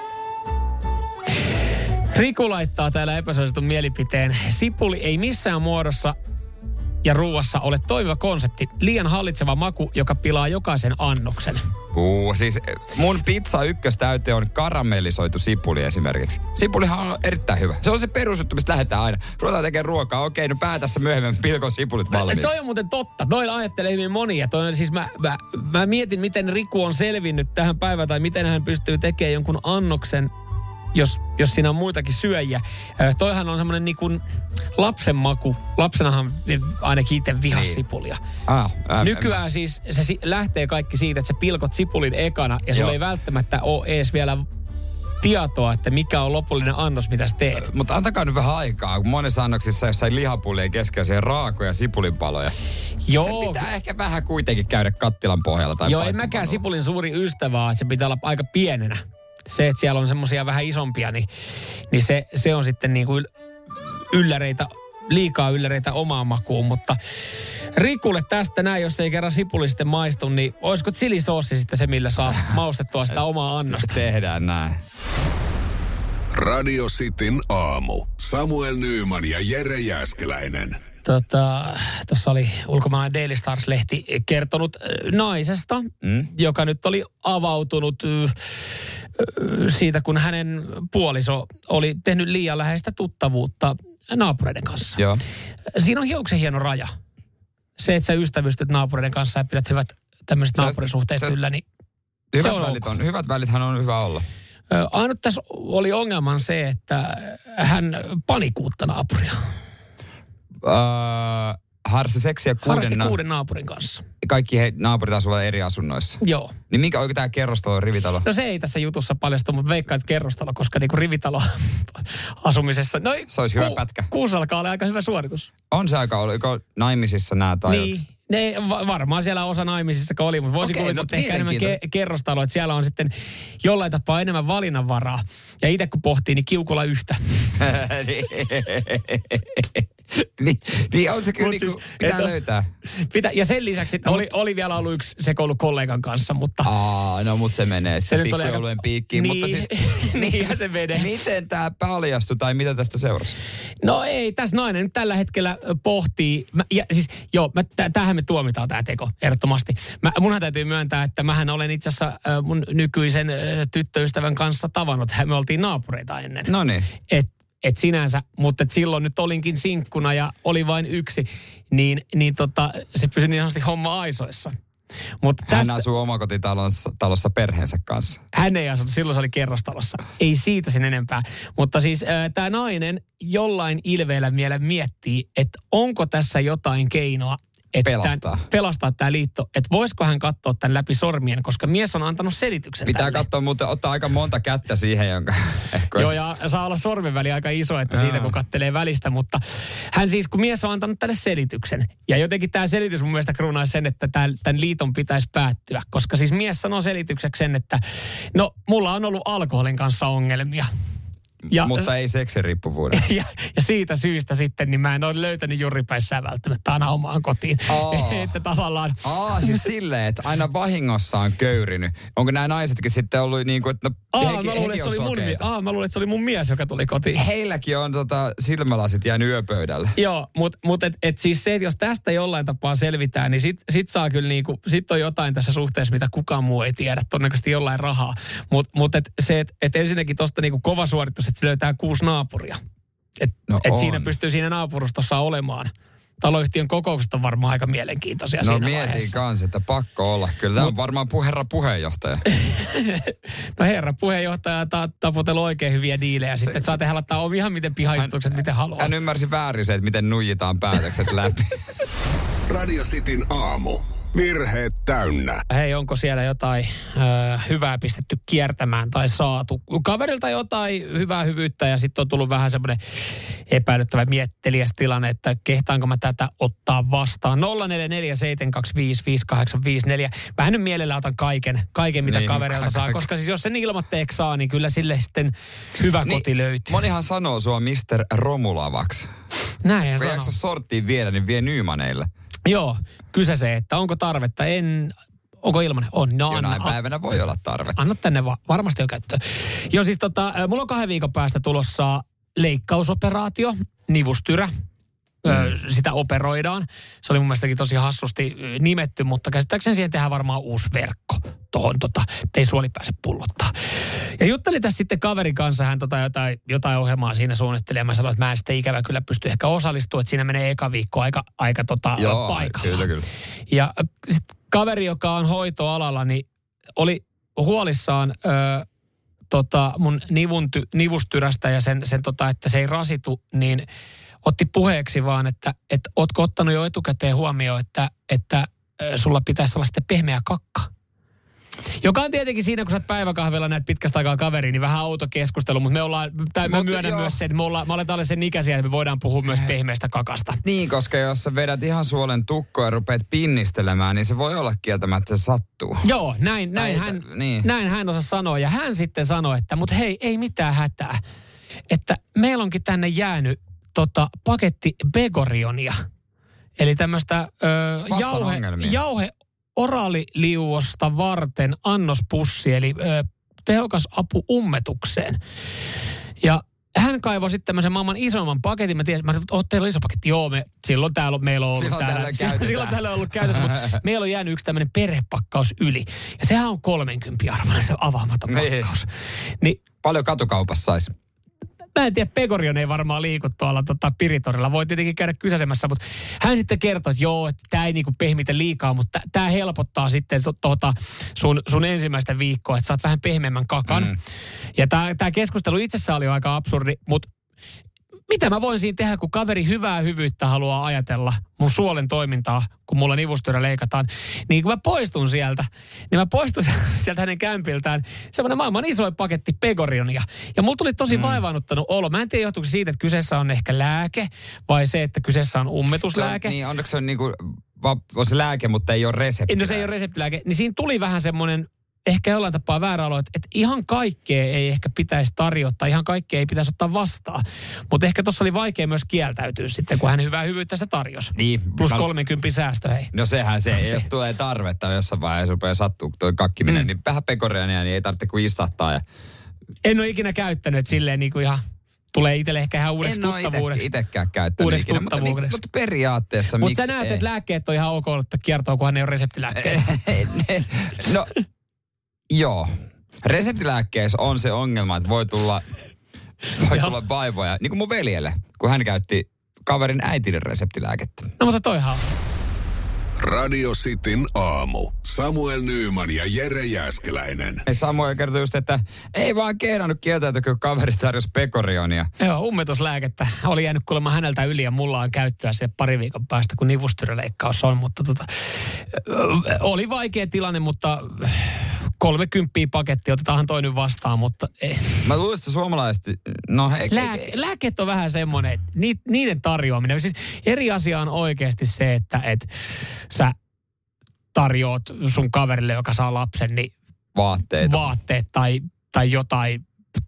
Riku laittaa täällä epäsuositun mielipiteen. Sipuli ei missään muodossa ja ruuassa ole toimiva konsepti. Liian hallitseva maku, joka pilaa jokaisen annoksen. Uu, siis mun pizza ykköstäyte on karamellisoitu sipuli esimerkiksi. Sipulihan on erittäin hyvä. Se on se perusjuttu, mistä lähdetään aina. Ruvetaan tekemään ruokaa. Okei, no päätässä myöhemmin pilkon sipulit valmiiksi. Se on muuten totta. Noin ajattelee hyvin monia. Toi, siis mä, mä, mä mietin, miten Riku on selvinnyt tähän päivään tai miten hän pystyy tekemään jonkun annoksen, jos, jos siinä on muitakin syöjiä. Toihan on semmoinen niin kuin lapsen maku. Lapsenahan ainakin itse vihas niin. sipulia. Ah, äh, Nykyään äh, siis se lähtee kaikki siitä, että sä pilkot sipulin ekana ja sulla ei välttämättä ole edes vielä tietoa, että mikä on lopullinen annos, mitä sä teet. Mutta antakaa nyt vähän aikaa, kun monessa annoksissa jossain lihapulien keskellä siellä raakoja sipulinpaloja. Joo. Se pitää ehkä vähän kuitenkin käydä kattilan pohjalla tai Joo, en mäkään sipulin suuri ystävä, että se pitää olla aika pienenä. Se, että siellä on semmoisia vähän isompia, niin, niin se, se on sitten niin kuin ylläreitä, liikaa ylläreitä omaan makuun. Mutta Rikulle tästä näin, jos ei kerran sipuli sitten maistu, niin olisiko chilisoossi sitten se, millä saa maustettua sitä omaa annosta? Tehdään näin. Radio Cityn aamu. Samuel Nyyman ja Jere Jääskeläinen. Tota, tuossa oli ulkomaalainen Daily Stars-lehti kertonut naisesta, mm. joka nyt oli avautunut siitä, kun hänen puoliso oli tehnyt liian läheistä tuttavuutta naapureiden kanssa. Joo. Siinä on hiuksen hieno raja. Se, että sä ystävystyt naapureiden kanssa ja pidät hyvät tämmöiset naapurisuhteet se, yllä, niin hyvät se on välit on, hyvät välithän on hyvä olla. Ainut tässä oli ongelman se, että hän panikuutta naapuria. Uh, harrasti seksiä kuuden, harrasti kuuden naapurin kanssa. Kaikki he, naapurit asuvat eri asunnoissa. Joo. Niin minkä oikein tämä kerrostalo, rivitalo? No se ei tässä jutussa paljastu, mutta veikkaan, että kerrostalo, koska niinku rivitalo asumisessa. No, se olisi hyvä ku, pätkä. Kuusi alkaa olla aika hyvä suoritus. On se aika, oliko naimisissa nämä tajut? Niin. Ne, varmaan siellä osa naimisissa oli, mutta voisin okay, kuvitella, että ehkä enemmän ke- kerrostalo, että siellä on sitten jollain tapaa enemmän valinnanvaraa. Ja itse kun pohtii, niin kiukulla yhtä. Niin, niin on se kyllä, niin siis, pitää et, löytää. Pitä, ja sen lisäksi no, oli, oli vielä ollut yksi sekoilu kollegan kanssa, mutta... Aa, no mutta se menee se pikkujoulujen aika... piikkiin, niin, mutta siis... Niinhän se menee. Miten tämä paljastui tai mitä tästä seurasi? No ei, tässä nainen nyt tällä hetkellä pohtii... Mä, ja siis joo, mä, tämähän me tuomitaan tämä teko, ehdottomasti. Mä, munhan täytyy myöntää, että mähän olen itse asiassa äh, mun nykyisen äh, tyttöystävän kanssa tavannut. Me oltiin naapureita ennen. No niin. Et, Et sinänsä, mutta et silloin nyt olinkin sinkkuna ja oli vain yksi, niin, niin tota, se pysyi niin sanotusti homma aisoissa. Mutta hän tässä, asuu omakotitalossa talossa perheensä kanssa. Hän ei asunut, silloin se oli kerrostalossa. Ei siitä sen enempää. Mutta siis äh, tämä nainen jollain ilveellä vielä miettii, että onko tässä jotain keinoa, että pelastaa. Tämän, pelastaa tämä liitto. Että voisiko hän katsoa tämän läpi sormien, koska mies on antanut selityksen pitää tälle. katsoa, mutta ottaa aika monta kättä siihen, jonka... Joo, ja saa olla sormenväli aika iso, että siitä kun kattelee välistä. Mutta hän siis, kun mies on antanut tälle selityksen. Ja jotenkin tämä selitys mun mielestä kruunaisi sen, että tämän, tämän liiton pitäisi päättyä. Koska siis mies sanoo selitykseksi sen, että no, mulla on ollut alkoholin kanssa ongelmia. Ja, mutta ei seksiriippuvuuden. Ja, ja siitä syystä sitten, niin mä en ole löytänyt juripäissään välttämättä aina omaan kotiin. Oh. Että tavallaan... Aa, siis silleen, että aina vahingossa on köyrinyt. Onko nämä naisetkin sitten ollut niin kuin, että no, Aa, hekin, mä luulen, että se oli mun, aa, mä luulen, että se oli mun mies, joka tuli kotiin. Heilläkin on tota, silmälasit jäänyt yöpöydälle. Joo, mutta mut et, et siis se, että jos tästä jollain tapaa selvitään, niin sit, sit saa kyllä niinku, sit on jotain tässä suhteessa, mitä kukaan muu ei tiedä, todennäköisesti jollain rahaa. Mutta mut et se, että et ensinnäkin tosta niinku kova suoritus, että se löytää kuusi naapuria. Että no et siinä pystyy siinä naapurustossa olemaan. Taloyhtiön kokoukset on varmaan aika mielenkiintoisia no, siinä vaiheessa. No mietin kanssa, että pakko olla. Kyllä tämä Mut, on varmaan pu, herra puheenjohtaja. No herra puheenjohtaja ta, taputellut oikein hyviä diilejä. Sitten se, saa tehdä laittaa ihan miten pihaistukset, miten haluaa. Hän ymmärsi väärin se, että miten nuijitaan päätökset läpi. Radio Cityn aamu. Virheet täynnä. Hei, onko siellä jotain ö, hyvää pistetty kiertämään tai saatu kaverilta jotain hyvää hyvyyttä ja sitten on tullut vähän semmoinen epäilyttävä mietteliäs tilanne, että kehtaanko mä tätä ottaa vastaan. nolla neljä neljä seitsemän kaksi viisi viisi kahdeksan viisi neljä. Mä nyt mielellä otan kaiken, kaiken mitä niin, kaverilta saa, koska siis jos sen ilmatteeksi saa, niin kyllä sille sitten hyvä niin, koti löytyy. Monihan sanoo sua mister Romulavaksi. Näin sanoo. Kun jaksa sorttiin viedä, niin vie Nymaneille. Joo, kyse se, että onko tarvetta. En, onko ilmanen? On. No, jonain anna, päivänä voi olla tarvetta. Anna tänne va- varmasti on käyttöön. Joo, siis tota, mulla on kahden viikon päästä tulossa leikkausoperaatio, nivustyrä. Mm. Ö, sitä operoidaan. Se oli mun mielestäkin tosi hassusti nimetty, mutta käsittääkseni siihen tehdään varmaan uusi verkko tuohon, tota, ettei suoli pääse pullottaa. Ja juttelin tässä sitten kaverin kanssa, hän tota jotain, jotain ohjelmaa siinä suunnitteli, ja mä sanoin, että mä en sitten ikävä kyllä pysty ehkä osallistumaan, että siinä menee eka viikko aika, aika tota, Joo, paikalla. Kyllä, kyllä. Ja sitten kaveri, joka on hoitoalalla, niin oli huolissaan ö, tota, mun nivunty, nivustyrästä ja sen, sen tota, että se ei rasitu, niin otti puheeksi vaan, että, että ootko ottanut jo etukäteen huomioon, että, että sulla pitäisi olla sitten pehmeä kakka. Joka on tietenkin siinä, kun sä oot päiväkahvella näet pitkästä aikaa kaveri, niin vähän outo keskustelu, mutta me ollaan, tai mä myönnän joo. myös sen, me ollaan, mä olen tällaisen ikäisiä, että me voidaan puhua myös pehmeästä kakasta. Niin, koska jos sä vedät ihan suolen tukkoa ja rupeat pinnistelemään, niin se voi olla kieltämättä, että sattuu. Joo, näin, näin, hän, niin. näin hän osaa sanoa. Ja hän sitten sanoi, että mut hei, ei mitään hätää. Että meillä onkin tänne jäänyt tota, paketti Begorionia. Eli tämmöistä jauhe, jauhe oraaliliuosta varten annospussi, eli ö, tehokas apu ummetukseen. Ja hän kaivoi sitten tämmöisen maailman isomman paketin. Mä tiedän, että oot, teillä on iso paketti. Joo, me, silloin täällä meillä on ollut silloin täällä. täällä silloin täällä on ollut käytössä, mutta meillä on jäänyt yksi tämmöinen perhepakkaus yli. Ja sehän on kolmenkympin arvoinen se avaamaton pakkaus. Niin, paljon katukaupassa saisi? Mä en tiedä, Pegorion ei varmaan liiku tuolla tota, Piritorilla. Voi tietenkin käydä kysäsemässä, mutta hän sitten kertoi, että joo, että tämä ei niinku pehmitä liikaa, mutta tämä helpottaa sitten to, tuota, sun, sun ensimmäistä viikkoa, että saat vähän pehmeämmän kakan. Mm. Ja tämä keskustelu itsessään oli aika absurdi, mutta mitä mä voin siinä tehdä, kun kaveri hyvää hyvyyttä haluaa ajatella mun suolen toimintaa, kun mulla nivustyrä leikataan. Niin kun mä poistun sieltä, niin mä poistun sieltä hänen kämpiltään semmoinen maailman isoin paketti Pegorionia. Ja mulla tuli tosi mm. vaivaannuttanut olo. Mä en tiedä, johtuuko siitä, että kyseessä on ehkä lääke vai se, että kyseessä on ummetuslääke. Se on, niin, onneksi se on niinku, on se lääke, mutta ei ole reseptilääke. No se ei ole reseptilääke. Niin siinä tuli vähän semmoinen ehkä jollain tapaa väärä olo, että, että ihan kaikkea ei ehkä pitäisi tarjota, ihan kaikkea ei pitäisi ottaa vastaan. Mutta ehkä tuossa oli vaikea myös kieltäytyä sitten, kun hän hyvää hyvyyttä sitä tarjosi. Niin. Plus kolmenkympin säästö, hei. No sehän se, se. Jos tulee tarvetta jossain vaiheessa rupeaa sattuu toi kakkiminen, mm. niin vähän Pegorionia, niin ei tarvitse kuin istattaa. Ja... En ole ikinä käyttänyt, että silleen niin kuin ihan tulee itselle ehkä ihan uudeksi en tuttavuudeksi. En ole itsekään käyttänyt uudeksi ikinä, mutta, niin, mutta periaatteessa mut miksi sä näet, ei? että lääkkeet on ihan ok, että kiertoa, kunhan ne on reseptilääkkeet. No... Joo. Reseptilääkkeessä on se ongelma, että voi tulla, voi tulla vaivoja. Niin kuin mun veljelle, kun hän käytti kaverin äitinen reseptilääkettä. No mutta toihan. Radio Cityn aamu. Samuel Nyyman ja Jere Jääskeläinen. Samuel kertoi just, että ei vaan kehdannut kieltäytyä, kun kaveri tarjosi Pegorionia. Joo, ummetuslääkettä. Oli jäänyt kuulemma häneltä yli ja mulla on käyttöä se pari viikon päästä, kun nivustyräleikkaus on. Mutta tota, oli vaikea tilanne, mutta kolmekymppiä paketti, otetaanhan toi nyt vastaan, mutta ei. Mä luulen, että suomalaiset, no hei. Lääke, lääkkeet on vähän semmoinen, että niiden tarjoaminen. Siis eri asia on oikeasti se, että et sä tarjoat sun kaverille, joka saa lapsen, niin vaatteet, vaatteet tai, tai jotain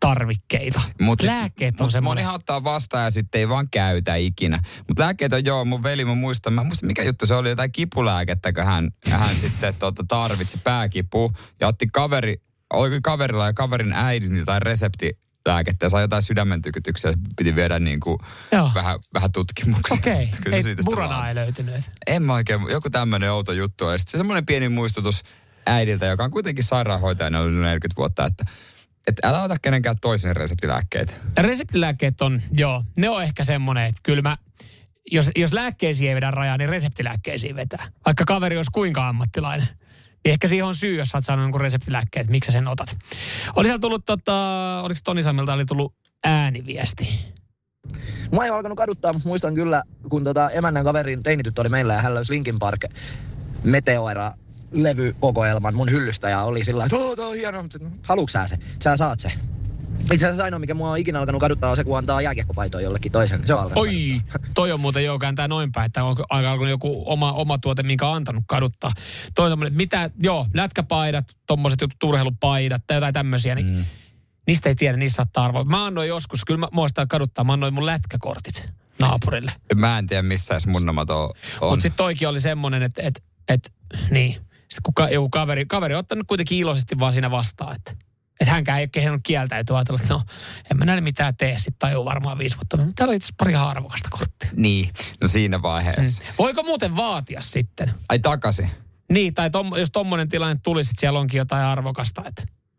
tarvikkeita. Mut lääkkeet on mut semmoinen. Monihan ottaa vastaan ja sitten ei vaan käytä ikinä. Mutta lääkkeet on joo, mun veli, mä muistan, mä muistan mikä juttu se oli, jotain kipulääkettäkö hän, hän sitten tuota, tarvitsi pääkipu ja otti kaveri, oliko kaverilla ja kaverin äidin jotain reseptilääkettä ja sai jotain sydämen tykytyksiä, piti viedä niin kuin vähän, vähän tutkimuksia. Okei, okay. Ei Buranaa ei löytynyt. En mä oikein, joku tämmöinen outo juttu. Ja sitten se semmoinen pieni muistutus äidiltä, joka on kuitenkin sairaanhoitajana ollut neljäkymmentä vuotta, että Että älä ota kenenkään toisen reseptilääkkeitä. Reseptilääkkeet on, joo, ne on ehkä semmoinen, että kyllä mä, jos, jos lääkkeisiin ei vedä rajaa, niin reseptilääkkeisiin vetää. Vaikka kaveri olisi kuinka ammattilainen. Niin ehkä siihen on syy, jos sä oot saanut jonkun reseptilääkkeet, miksi sä sen otat. Oli siellä tullut, tota, oliko Toni Sammilta oli tullut ääniviesti? Mua ei ole alkanut kaduttaa, mutta muistan kyllä, kun tota emännän kaverin teinityttö oli meillä ja hän löysi Linkin Park Meteora levykokoelman mun hyllystä ja oli sillä lailla, että oo, tää on hieno, haluuks sä se? Sä saat se. Itse asiassa ainoa, mikä mua on ikinä alkanut kaduttaa, on se, kun antaa jääkiekkopaitoa jollekin toisen. Se on alkanut Oi, kaduttaa. Toi on muuten jo kääntää noin päin, että on alkanut joku oma, oma tuote, minkä on antanut kaduttaa. Toi on tommonen, että mitä, joo, lätkäpaidat, tommoset jutut, urheilupaidat tai jotain tämmösiä, niin mm. niistä ei tiedä, niissä saattaa arvoa. Mä annoin joskus, kyllä mä muistan kaduttaa, mä annoin mun lätkäkortit naapurille. Mä en tiedä, missä edes mun namat on. Mutta sitten toikin oli semmonen, että, että, että niin. Sitten kun ka, joku kaveri, kaveri on ottanut kuitenkin iloisesti vaan siinä vastaan, että, että hänkään ei ole kehannut kieltäytyä. Ajatella, että no, en mä näin mitään tee. Sitten tajuu varmaan viisi vuotta. Täällä oli itse pari arvokasta korttia. Niin, no siinä vaiheessa. Hmm. Voiko muuten vaatia sitten? Ai takaisin? Niin, tai tom, jos tommonen tilanne tulisi, että siellä onkin jotain arvokasta, että...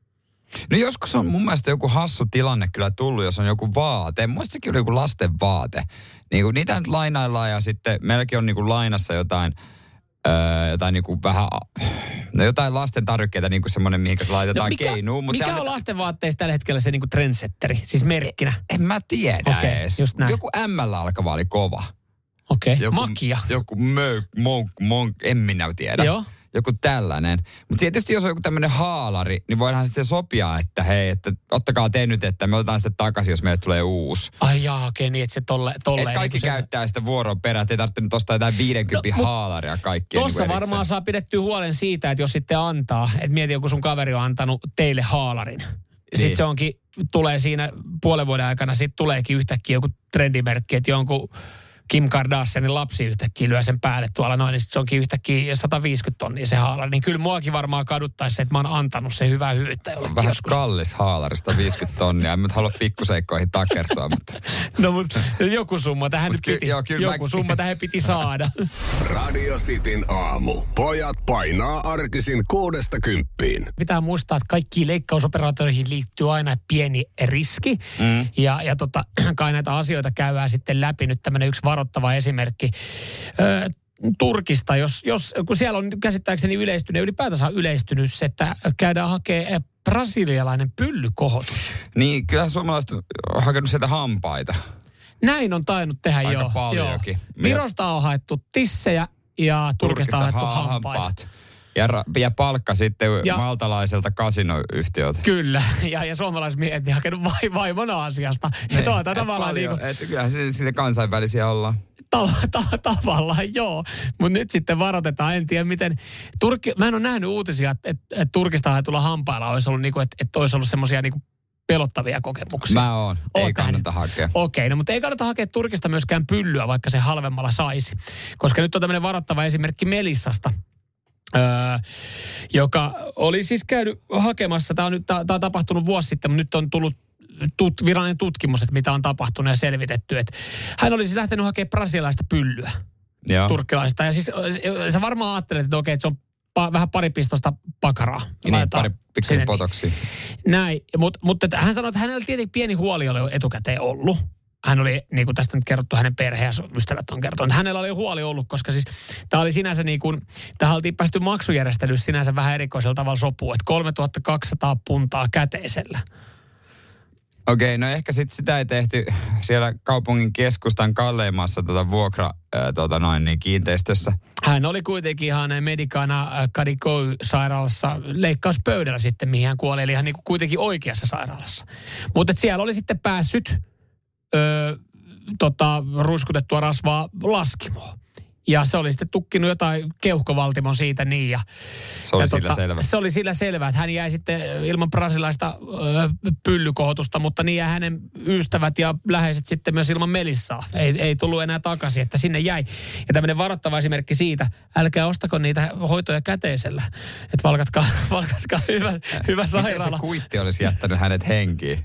No joskus on mun mielestä joku hassu tilanne kyllä tullut, jos on joku vaate. Mun mielestä sekin oli joku lasten vaate. Niin kuin niitä nyt lainaillaan ja sitten meilläkin on niin kuin lainassa jotain... Öö, jotain niinku vähän, no jotain lasten tarvikkeita, niinku semmoinen, mihinkä se laitetaan no keinuun. Mikä on annetaan... lasten vaatteissa tällä hetkellä se niinku trendsetteri, siis merkkinä? En, en mä tiedä okay, edes. Just näin. Joku M-llä alkava oli kova. Okei, okay. Joku, makia. Joku mö, monk, monk, en minä tiedä. Joo. Joku tällainen. Mutta tietysti jos on joku tämmöinen haalari, niin voidaan sitten sopia, että hei, että ottakaa te nyt, että me otetaan sitten takaisin, jos meille tulee uusi. Ai jaa, okei, niin että se tolle, tolleen. Että kaikki niin käyttää se... sitä vuoron perään, että ei tarvitse nyt ostaa jotain viidenkympin no, haalaria kaikkea. Tuossa niin varmaan saa pidettyä huolen siitä, että jos sitten antaa, että mieti joku sun kaveri on antanut teille haalarin. Niin. Sitten se onkin, tulee siinä puolen vuoden aikana, sitten tuleekin yhtäkkiä joku trendimerkki, että jonkun... Kim Kardashianin lapsi yhtäkkiä lyö sen päälle tuolla noin, niin se onkin yhtäkkiä sata viisikymmentä tonnia se haalari. Niin kyllä muakin varmaan kaduttaisi se, että mä oon antanut sen hyvää hyvyyttä jollekin vähän joskus. kallis haalari, sata viisikymmentä tonnia. En nyt halua pikkuseikkoihin takertua, mutta... No mutta joku summa tähän Mut nyt ky- piti, joo, joku mä... summa tähän piti saada. Radio Cityn aamu. Pojat painaa arkisin kuudesta kymppiin. Pitää muistaa, että kaikkiin leikkausoperaatioihin liittyy aina pieni riski. Mm. Ja, ja tota, kai näitä asioita käydään sitten läpi. Nyt tämmöinen yksi varoittava esimerkki Ö, Turkista, jos, jos, kun siellä on käsittääkseni yleistynyt, ylipäätänsä yleistynyt se, että käydään hakemaan brasilialainen pyllykohotus. Niin, kyllä suomalaiset on hakenut sieltä hampaita. Näin on tainnut tehdä aika jo. paljonkin. Virosta on haettu tissejä ja Turkista, Turkista on haettu ha- hampaita. hampaat. Ja, ra- ja palkka sitten ja, maltalaiselta kasinoyhtiöltä. Kyllä, ja, ja suomalaismiehet niin hakenut vai, vaimona asiasta. Ja tuota tavallaan niin kuin... Että kyllähän sinne kansainvälisiä ollaan. Ta- ta- tavallaan joo, mutta nyt sitten varoitetaan, en tiedä miten. Turkki, mä en ole nähnyt uutisia, että et, et Turkista haetulla hampailla olisi ollut, niinku, että et olisi ollut semmoisia niinku pelottavia kokemuksia. Mä oon, Oot ei kannata nähnyt. hakea. Okei, no mutta ei kannata hakea Turkista myöskään pyllyä, vaikka se halvemmalla saisi. Koska nyt on tämmöinen varoittava esimerkki Melissasta. Öö, joka oli siis käynyt hakemassa, tämä on, nyt, tää, tää on tapahtunut vuosi sitten, mutta nyt on tullut tut, virallinen tutkimus, että mitä on tapahtunut ja selvitetty. Että hän olisi siis lähtenyt hakemaan brasilialaista pyllyä, Joo. turkkilaista. Ja siis sä varmaan ajattelet, että okei, että se on pa, vähän paripistosta pakaraa. Niin, pari pikkasen potoksia. Näin, mutta mut, hän sanoi, että hänellä tietenkin pieni huoli oli etukäteen ollut. Hän oli, niin kuin tästä nyt kerrottu, hänen perhe ja ystävät on kertonut. Hänellä oli huoli ollut, koska siis tämä oli sinänsä niin kuin, tähän oltiin päästy maksujärjestelyssä sinänsä vähän erikoisella tavalla sopuun, että kolmetuhattakaksisataa puntaa käteisellä. Okei, okay, no ehkä sitten sitä ei tehty siellä kaupungin keskustan kalleimmassa tuota vuokra ää, tuota noin, niin kiinteistössä. Hän oli kuitenkin ihan Medicana Kadikoy-sairaalassa leikkauspöydällä sitten, mihin hän kuoli, eli ihan niin kuin kuitenkin oikeassa sairaalassa. Mutta siellä oli sitten päässyt Öö, tota, ruiskutettua rasvaa laskimoon. Ja se oli sitten tukkinut jotain keuhkovaltimon siitä niin. Ja, se oli ja sillä tota, selvä. Se oli sillä selvä, että hän jäi sitten ilman brasilaista ö, pyllykohotusta, mutta niin ja hänen ystävät ja läheiset sitten myös ilman Melissaa. Ei, ei tullut enää takaisin, että sinne jäi. Ja tämmöinen varoittava esimerkki siitä, älkää ostako niitä hoitoja käteisellä. Että valkatkaa, valkatkaa hyvä, hyvä sairaala. Miten se kuitti olisi jättänyt hänet henkiin?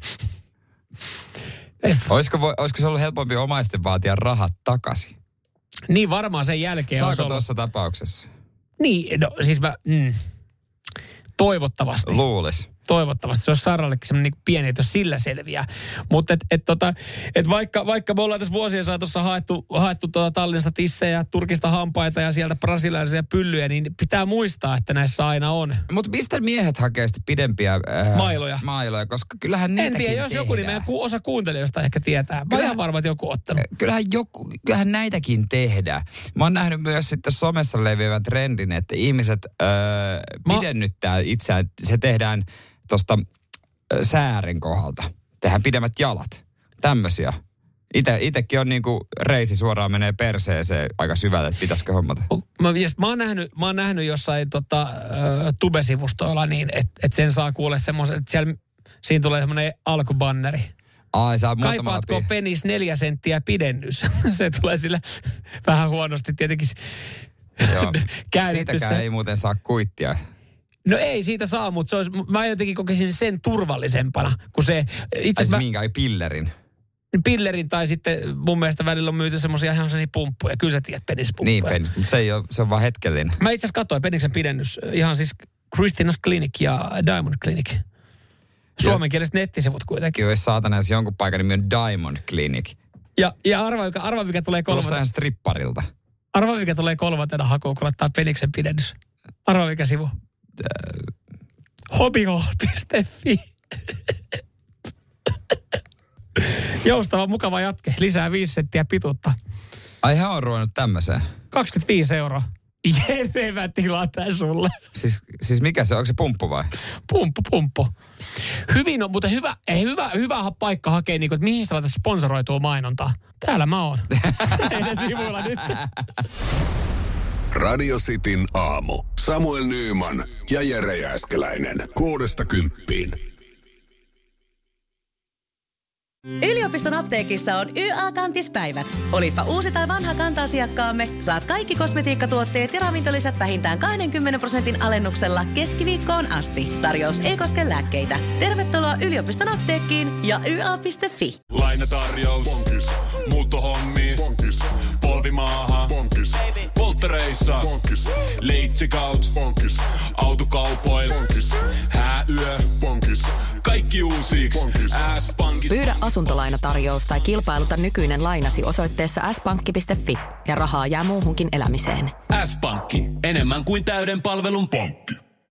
Olisiko, voi, olisiko se ollut helpompi omaisten vaatia rahat takaisin? Niin varmaan sen jälkeen. Saako tuossa tapauksessa? Niin, no siis mä, mm, toivottavasti. Luulis. Toivottavasti. Se olisi sairaallekin semmoinen niin pieni, että jos sillä selviää. Mutta et, et tota, et vaikka, vaikka me ollaan tässä vuosien saatossa haettu, haettu tuota Tallinnasta tissejä, Turkista hampaita ja sieltä brasilialaisia pyllyjä, niin pitää muistaa, että näissä aina on. Mutta mistä miehet hakee sitten pidempiä äh, mailoja. mailoja, koska kyllähän niitäkin En tiedä, jos tehdään. joku, niin meidän osa kuuntelijoista ehkä tietää. Mä ihan varma, että joku ottanut. Kyllähän, joku, kyllähän näitäkin tehdään. Mä oon nähnyt myös sitten somessa leviävän trendin, että ihmiset äh, Mä... pidennyttää itseään. Se tehdään tuosta säären kohdalta. Tehdään pidemmät jalat. Tämmöisiä. Ite, itekin on niinku reisi suoraan menee perseeseen aika syvälle, että pitäisikö hommata. Mä, yes, mä, oon, nähnyt, mä oon nähnyt jossain tota, äh, tube-sivustoilla niin, että et sen saa kuulla semmoisen, että siellä, siinä tulee semmoinen alkubanneri. Ai, saa muutama Kaipaatko läpi. penis neljä senttiä pidennys? Se tulee sille vähän huonosti tietenkin käännetty. Siitäkään ei muuten saa kuittia. No ei siitä saa, mutta se olisi, mä jotenkin kokisin sen turvallisempana, kun se... Itse asiassa minkä, pillerin? Pillerin tai sitten mun mielestä välillä on myyty semmoisia ihan sellaisia pumppuja. Kyllä sä tiedät penispumppuja. Niin, penis, mutta se, ei ole, se on vaan hetkellinen. Mä itse asiassa katsoin peniksen pidennys. Ihan siis Christina's Clinic ja Diamond Clinic. Suomenkieliset nettisivut kuitenkin. Kyllä, jos saatana, jos jonkun paikan nimi on Diamond Clinic. Ja, ja arva, arva, mikä tulee kolmantena... Kuulostaa stripparilta. Arva, mikä tulee kolmantena hakuun, kun laittaa peniksen pidennys. Arva, mikä sivu. hobbyhall piste fi Joustava, mukava jatke. Lisää viisi senttiä pituutta. Ai hän on ruvennut tämmöiseen? kaksikymmentäviisi euroa. Jere, mä tilaan tää sulle. Siis, siis mikä se, onko se pumppu vai? Pumppu, pumppu. Hyvin on, mutta hyvä, ei, hyvä, hyvä paikka hakea, niin kuin, että mihin sä laitat sponsoroitua mainontaa. Täällä mä oon. Meidän sivuilla nyt. Radio Cityn aamu. Samuel Nyyman ja Jere Jääskeläinen. Kuudesta kymppiin. Yliopiston apteekissa on Y A-kantispäivät. Olipa uusi tai vanha kanta-asiakkaamme, saat kaikki kosmetiikkatuotteet ja ravintolisät vähintään kaksikymmentä prosentin alennuksella keskiviikkoon asti. Tarjous ei koske lääkkeitä. Tervetuloa yliopiston apteekkiin ja y a piste fi. Lainatarjous. Bonkis. Muuttohommi. Bonkis. Polvimaaha. Bonkis. Polttereissa. Bonkis. Leitsikaut. Bonkis. Autokaupoil. Bonkis. Hääyö. Bonkis. Kaikki uusiiksi. S-pankki. Pyydä asuntolainatarjous tai kilpailuta nykyinen lainasi osoitteessa s pankki piste fi ja rahaa jää muuhunkin elämiseen. S-pankki. Enemmän kuin täyden palvelun pankki.